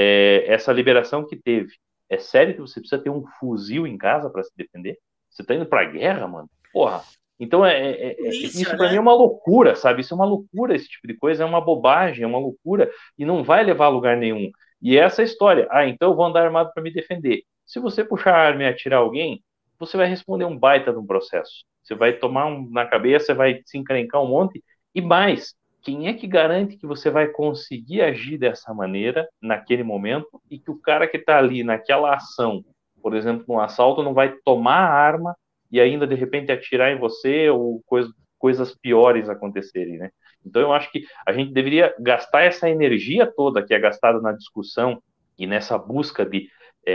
essa liberação que teve, é sério que você precisa ter um fuzil em casa para se defender? Você tá indo pra guerra, mano? Porra. Então, isso para mim é uma loucura, sabe? Isso é uma loucura, esse tipo de coisa, é uma bobagem, é uma loucura, e não vai levar a lugar nenhum. E essa história, então eu vou andar armado para me defender. Se você puxar a arma e atirar alguém, você vai responder um baita de um processo. Você vai tomar na cabeça, vai se encrencar um monte, e mais, quem é que garante que você vai conseguir agir dessa maneira, naquele momento, e que o cara que está ali naquela ação, por exemplo, num assalto, não vai tomar a arma e ainda, de repente, atirar em você ou coisas piores acontecerem, né? Então, eu acho que a gente deveria gastar essa energia toda que é gastada na discussão e nessa busca de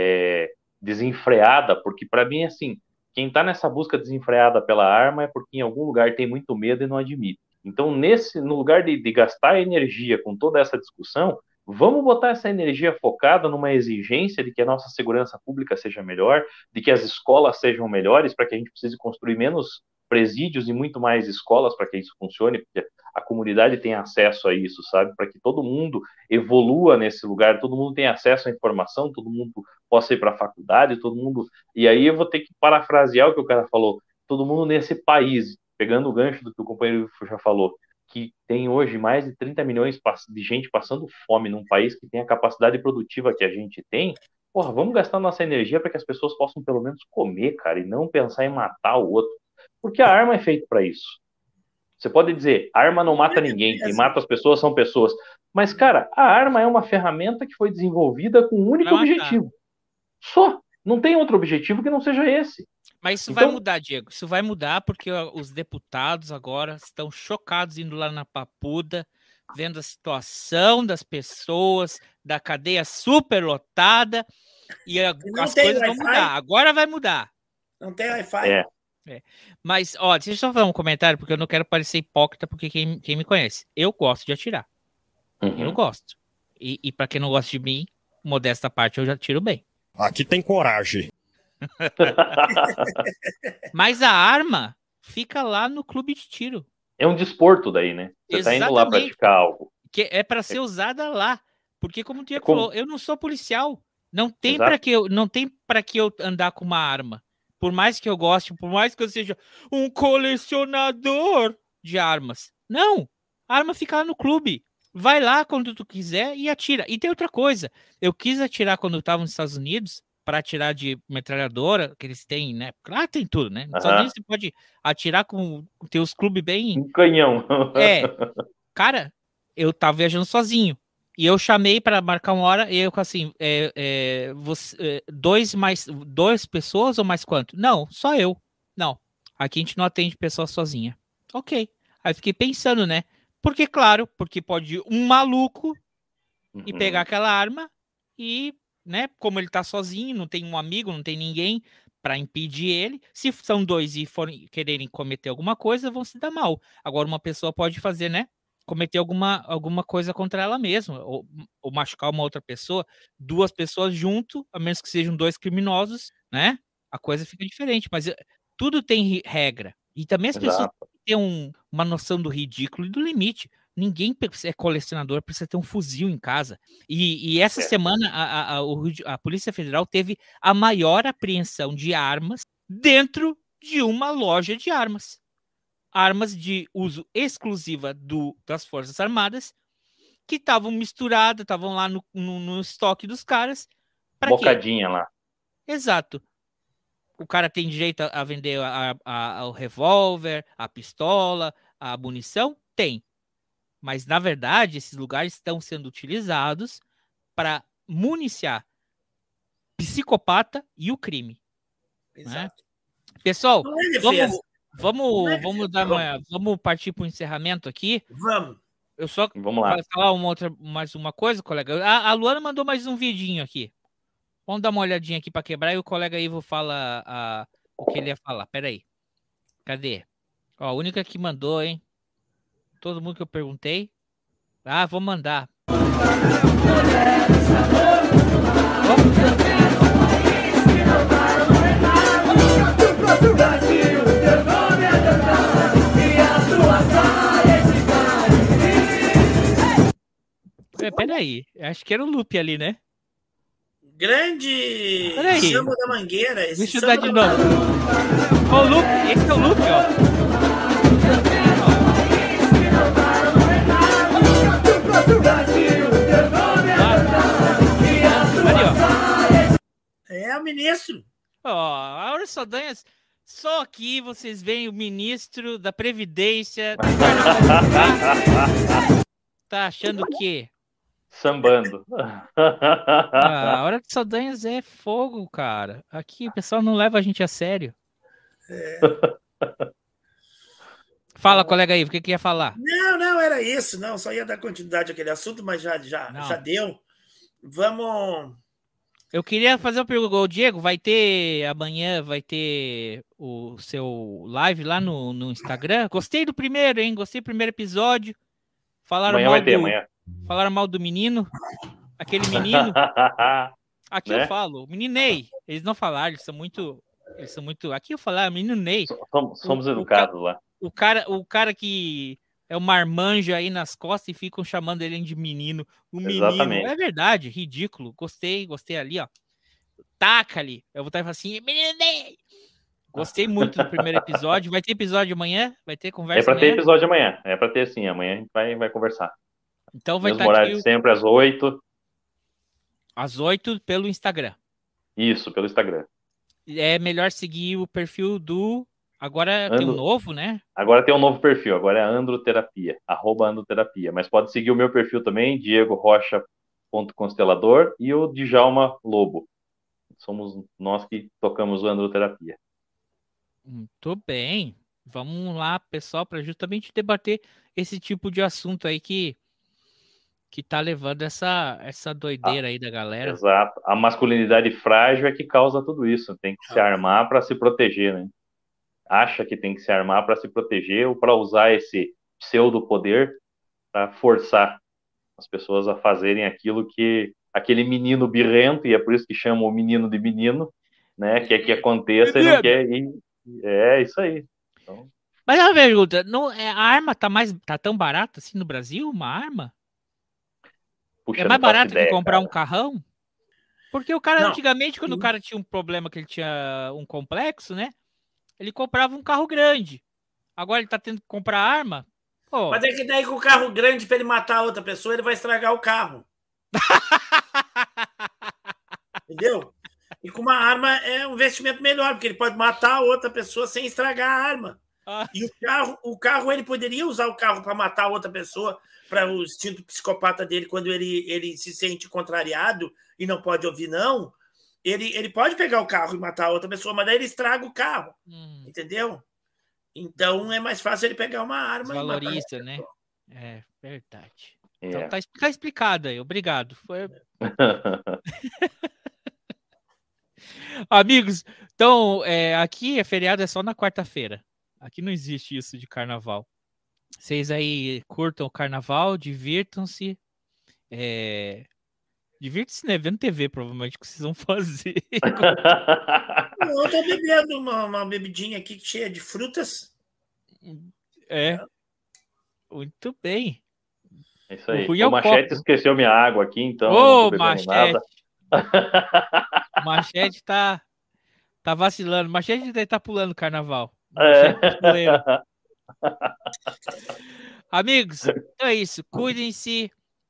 desenfreada, porque, para mim, assim, quem está nessa busca desenfreada pela arma é porque em algum lugar tem muito medo e não admite. Então, no lugar de gastar energia com toda essa discussão, vamos botar essa energia focada numa exigência de que a nossa segurança pública seja melhor, de que as escolas sejam melhores, para que a gente precise construir menos presídios e muito mais escolas para que isso funcione, porque a comunidade tem acesso a isso, sabe? Para que todo mundo evolua nesse lugar, todo mundo tenha acesso à informação, todo mundo possa ir para a faculdade, todo mundo... E aí eu vou ter que parafrasear o que o cara falou, todo mundo nesse país, pegando o gancho do que o companheiro já falou, que tem hoje mais de 30 milhões de gente passando fome num país que tem a capacidade produtiva que a gente tem, porra, vamos gastar nossa energia para que as pessoas possam pelo menos comer, cara, e não pensar em matar o outro. Porque a arma é feita para isso. Você pode dizer, arma não mata ninguém, quem mata as pessoas são pessoas. Mas, cara, a arma é uma ferramenta que foi desenvolvida com um único objetivo. Só. Não tem outro objetivo que não seja esse. Mas isso vai mudar, Diego. Isso vai mudar porque os deputados agora estão chocados indo lá na Papuda, vendo a situação das pessoas, da cadeia super lotada, e as coisas vão mudar. Agora vai mudar. Não tem Wi-Fi? Mas, ó, deixa eu só fazer um comentário, porque eu não quero parecer hipócrita, porque quem me conhece, eu gosto de atirar. Eu gosto. E para quem não gosta de mim, modesta parte, eu já tiro bem. Aqui tem coragem. Mas a arma fica lá no clube de tiro. É um desporto daí, né? Você tá indo lá praticar algo. Que é para ser usada lá. Porque, como o Diego falou, eu não sou policial. Não tem para que eu andar com uma arma. Por mais que eu goste, por mais que eu seja um colecionador de armas. Não! A arma fica lá no clube. Vai lá quando tu quiser e atira. E tem outra coisa. Eu quis atirar quando eu estava nos Estados Unidos, para atirar de metralhadora, que eles têm, né? Lá tem tudo, né? Nos Estados Unidos você pode atirar com teus clubes bem... Um canhão. Cara, eu tava viajando sozinho. E eu chamei para marcar uma hora, e eu assim, duas pessoas ou mais quanto? Não, só eu. Não, aqui a gente não atende pessoa sozinha. Ok. Aí fiquei pensando, né? Porque, claro, porque pode ir um maluco e pegar aquela arma e, né, como ele tá sozinho, não tem um amigo, não tem ninguém para impedir ele. Se são dois e forem quererem cometer alguma coisa, vão se dar mal. Agora, uma pessoa pode fazer, né? Cometer alguma coisa contra ela mesma, ou machucar uma outra pessoa, duas pessoas junto, a menos que sejam dois criminosos, né? A coisa fica diferente, mas tudo tem regra. E também as pessoas têm uma noção do ridículo e do limite. Ninguém é colecionador, precisa ter um fuzil em casa. E essa semana a Polícia Federal teve a maior apreensão de armas dentro de uma loja de armas. Armas de uso exclusiva das Forças Armadas, que estavam misturadas, estavam lá no estoque dos caras. Bocadinha lá. Exato. O cara tem direito a vender o revólver, a pistola, a munição? Tem. Mas, na verdade, esses lugares estão sendo utilizados para municiar psicopata e o crime. Exato. Né? Pessoal, vamos partir para o encerramento aqui. Vamos. Eu só vamos lá. Falar mais uma coisa, colega. A Luana mandou mais um vidinho aqui. Vamos dar uma olhadinha aqui para quebrar e o colega Ivo fala o que ele ia falar. Peraí. Cadê? Ó, a única que mandou, hein? Todo mundo que eu perguntei. Ah, vou mandar. Peraí, acho que era o loop ali, né? Grande Samba da Mangueira. Deixa eu dar de novo. Ó, o loop, esse é o loop, ó. É o ministro. Ó, Auro Saldanhas, só aqui vocês veem o ministro da Previdência. Tá achando o quê? Sambando. A Hora de Saldanhas é fogo, cara. Aqui o pessoal não leva a gente a sério. Fala, colega aí, o que ia falar? Não, era isso. Não, só ia dar continuidade àquele assunto, mas já deu. Vamos... Eu queria fazer uma pergunta. O Diego, amanhã vai ter o seu live lá no Instagram? Gostei do primeiro, hein? Gostei do primeiro episódio. Falaram mal do menino. Aquele menino. Aqui né? Eu falo, o menino Ney. Eles não falaram, eles são muito. Aqui eu falar, menino Ney. Somos educados lá. O cara que é o marmanjo aí nas costas e ficam chamando ele de menino. O menino. Exatamente. É verdade, ridículo. Gostei ali, ó. Taca ali. Eu vou estar falando assim, menino Ney. Gostei muito do primeiro episódio. Vai ter episódio amanhã? Vai ter conversa amanhã? É pra ter episódio amanhã. É pra ter sim. Amanhã a gente vai conversar. Então vai estar horário sempre às 8. Às 8 pelo Instagram. Isso, pelo Instagram. É melhor seguir o perfil do... Agora tem um novo, né? Agora tem um novo perfil. Agora é Androterapia. @Androterapia. Mas pode seguir o meu perfil também, diegorocha.constelador e o Djalma Lobo. Somos nós que tocamos o Androterapia. Muito bem. Vamos lá, pessoal, para justamente debater esse tipo de assunto aí que que tá levando essa doideira aí da galera. Exato. A masculinidade frágil é que causa tudo isso. Tem que se armar para se proteger, né? Acha que tem que se armar para se proteger ou para usar esse pseudo-poder para forçar as pessoas a fazerem aquilo que aquele menino birrento, e é por isso que chamam o menino de menino, né? Quer que aconteça e não quer ir. É isso aí. Então... Mas uma pergunta, a arma tá tão barata assim no Brasil? Uma arma? Puxa, é mais barato ideia, que comprar cara. um carrão? Porque o cara, antigamente, quando o cara tinha um problema, que ele tinha um complexo, né? Ele comprava um carro grande. Agora ele tá tendo que comprar arma. Pô. Mas é que daí com o carro grande, para ele matar outra pessoa, ele vai estragar o carro. Entendeu? E com uma arma é um investimento melhor, porque ele pode matar outra pessoa sem estragar a arma. E o carro, ele poderia usar o carro para matar outra pessoa, para o instinto psicopata dele, quando ele se sente contrariado e não pode ouvir não, ele pode pegar o carro e matar outra pessoa, mas daí ele estraga o carro. Entendeu? Então é mais fácil ele pegar uma arma. Valoriza, né? É verdade. Então tá explicado aí, obrigado. Foi... Amigos, então aqui é feriado, é só na quarta-feira. Aqui não existe isso de carnaval. Vocês aí curtam o carnaval, divirtam-se. Divirtam-se, né? Vendo TV, provavelmente, que vocês vão fazer. Eu tô bebendo uma bebidinha aqui cheia de frutas. Muito bem. É isso aí. O Machete esqueceu minha água aqui, então não tô bebendo Machete. nada. O Machete tá vacilando. O Machete deve estar pulando o carnaval. Amigos, então é isso. Cuidem-se.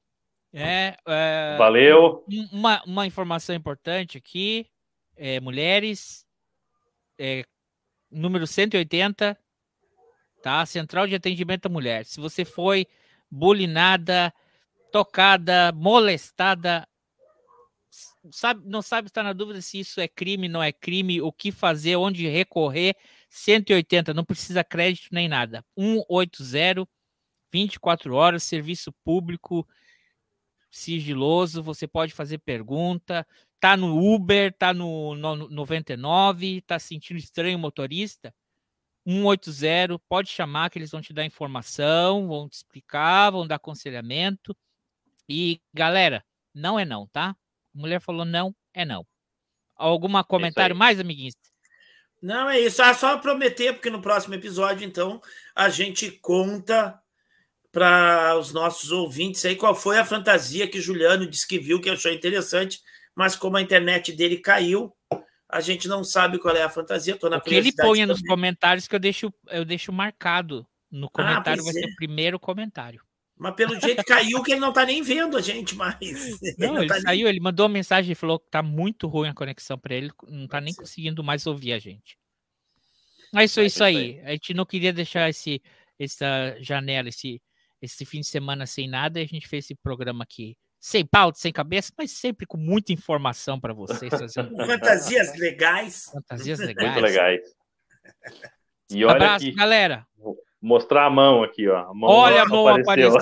Valeu. Uma informação importante aqui. Mulheres. Número 180. Tá? Central de Atendimento à Mulher. Se você foi bulinada, tocada, molestada, não sabe, está na dúvida se isso é crime, não é crime, o que fazer, onde recorrer, 180, não precisa crédito nem nada. 180, 24 horas, serviço público, sigiloso, você pode fazer pergunta, tá no Uber, tá no 99, tá sentindo estranho o motorista, 180, pode chamar que eles vão te dar informação, vão te explicar, vão dar aconselhamento. E, galera, não é não, tá? A mulher falou não, é não. Algum comentário mais, amiguinhos? Não, é isso. Só prometer, porque no próximo episódio, então, a gente conta para os nossos ouvintes aí qual foi a fantasia que Juliano disse que viu, que achou interessante, mas como a internet dele caiu, a gente não sabe qual é a fantasia. Tô na o que ele põe também nos comentários que eu deixo marcado. No comentário vai ser o primeiro comentário. Mas pelo jeito caiu que ele não tá nem vendo a gente mais. Não, ele saiu, ele mandou uma mensagem e falou que tá muito ruim a conexão para ele, não tá nem conseguindo mais ouvir a gente. Mas isso aí. A gente não queria deixar essa janela, esse fim de semana sem nada, e a gente fez esse programa aqui sem pauta, sem cabeça, mas sempre com muita informação para vocês. Fantasias legais. Fantasias legais. Muito legais. E olha abraço, aqui, galera. Vou mostrar a mão aqui, ó. Olha, a mão apareceu.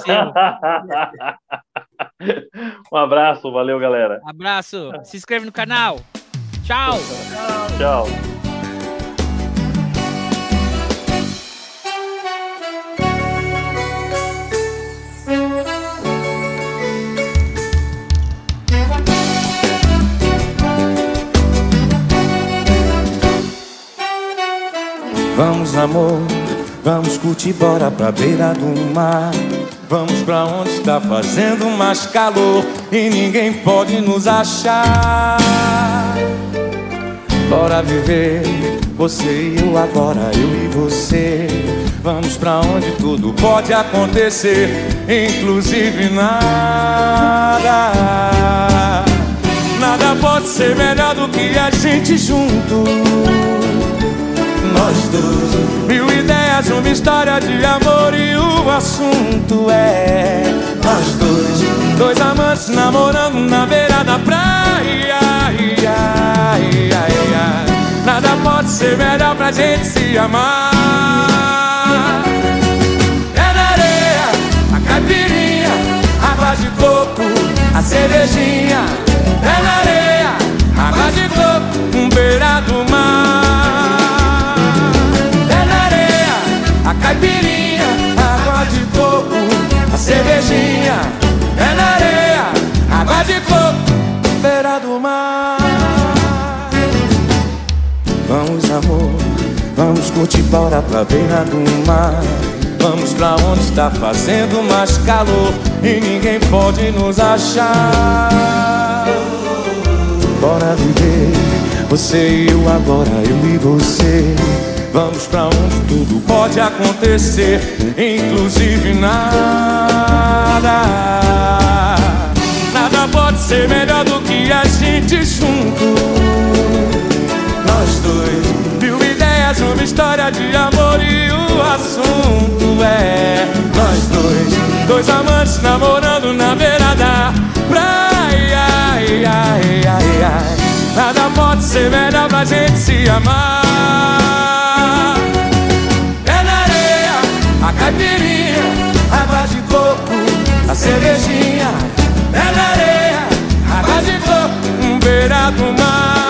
Um abraço, valeu, galera. Abraço. Se inscreve no canal. Tchau. Tchau. Vamos, amor, vamos curtir, bora pra beira do mar. Vamos pra onde está fazendo mais calor e ninguém pode nos achar. Bora viver, você e eu agora, eu e você. Vamos pra onde tudo pode acontecer, inclusive nada. Nada pode ser melhor do que a gente junto. Nós dois, 1000 ideias, uma história de amor e o assunto é nós dois amantes namorando na beira da praia. Nada pode ser melhor pra gente se amar. É na areia, a caipirinha, água de coco, cervejinha, é na areia, água de coco, beira do mar. É na areia, a caipirinha, água de coco, a cervejinha, é na areia, água de coco, beira do mar. Vamos, amor, vamos curtir, bora pra beira do mar. Vamos pra onde está fazendo mais calor e ninguém pode nos achar. Bora viver, você e eu agora, eu e você. Vamos pra onde tudo pode acontecer, inclusive nada. Nada pode ser melhor do que a gente junto. Nós dois, mil ideias, uma história de amor e o assunto é nós dois amantes namorando na beira da praia. Ai, ai, ai, ai. Nada pode ser melhor pra gente se amar. É na areia, a caipirinha, água de coco, a cervejinha. É na areia, água de coco, beira do mar.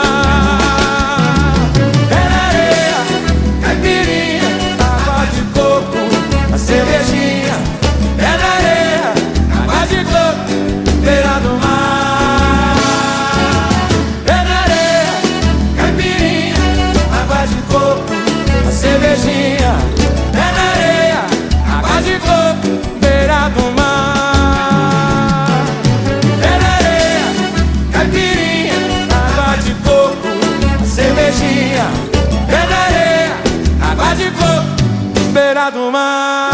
Cervejinha, é na areia, água de coco, beira do mar. É na areia, caipirinha, água de coco, a cervejinha. É na areia, água de coco, beira do mar. É na areia, caipirinha, água de coco, a cervejinha. É na areia, água de coco, beira do mar.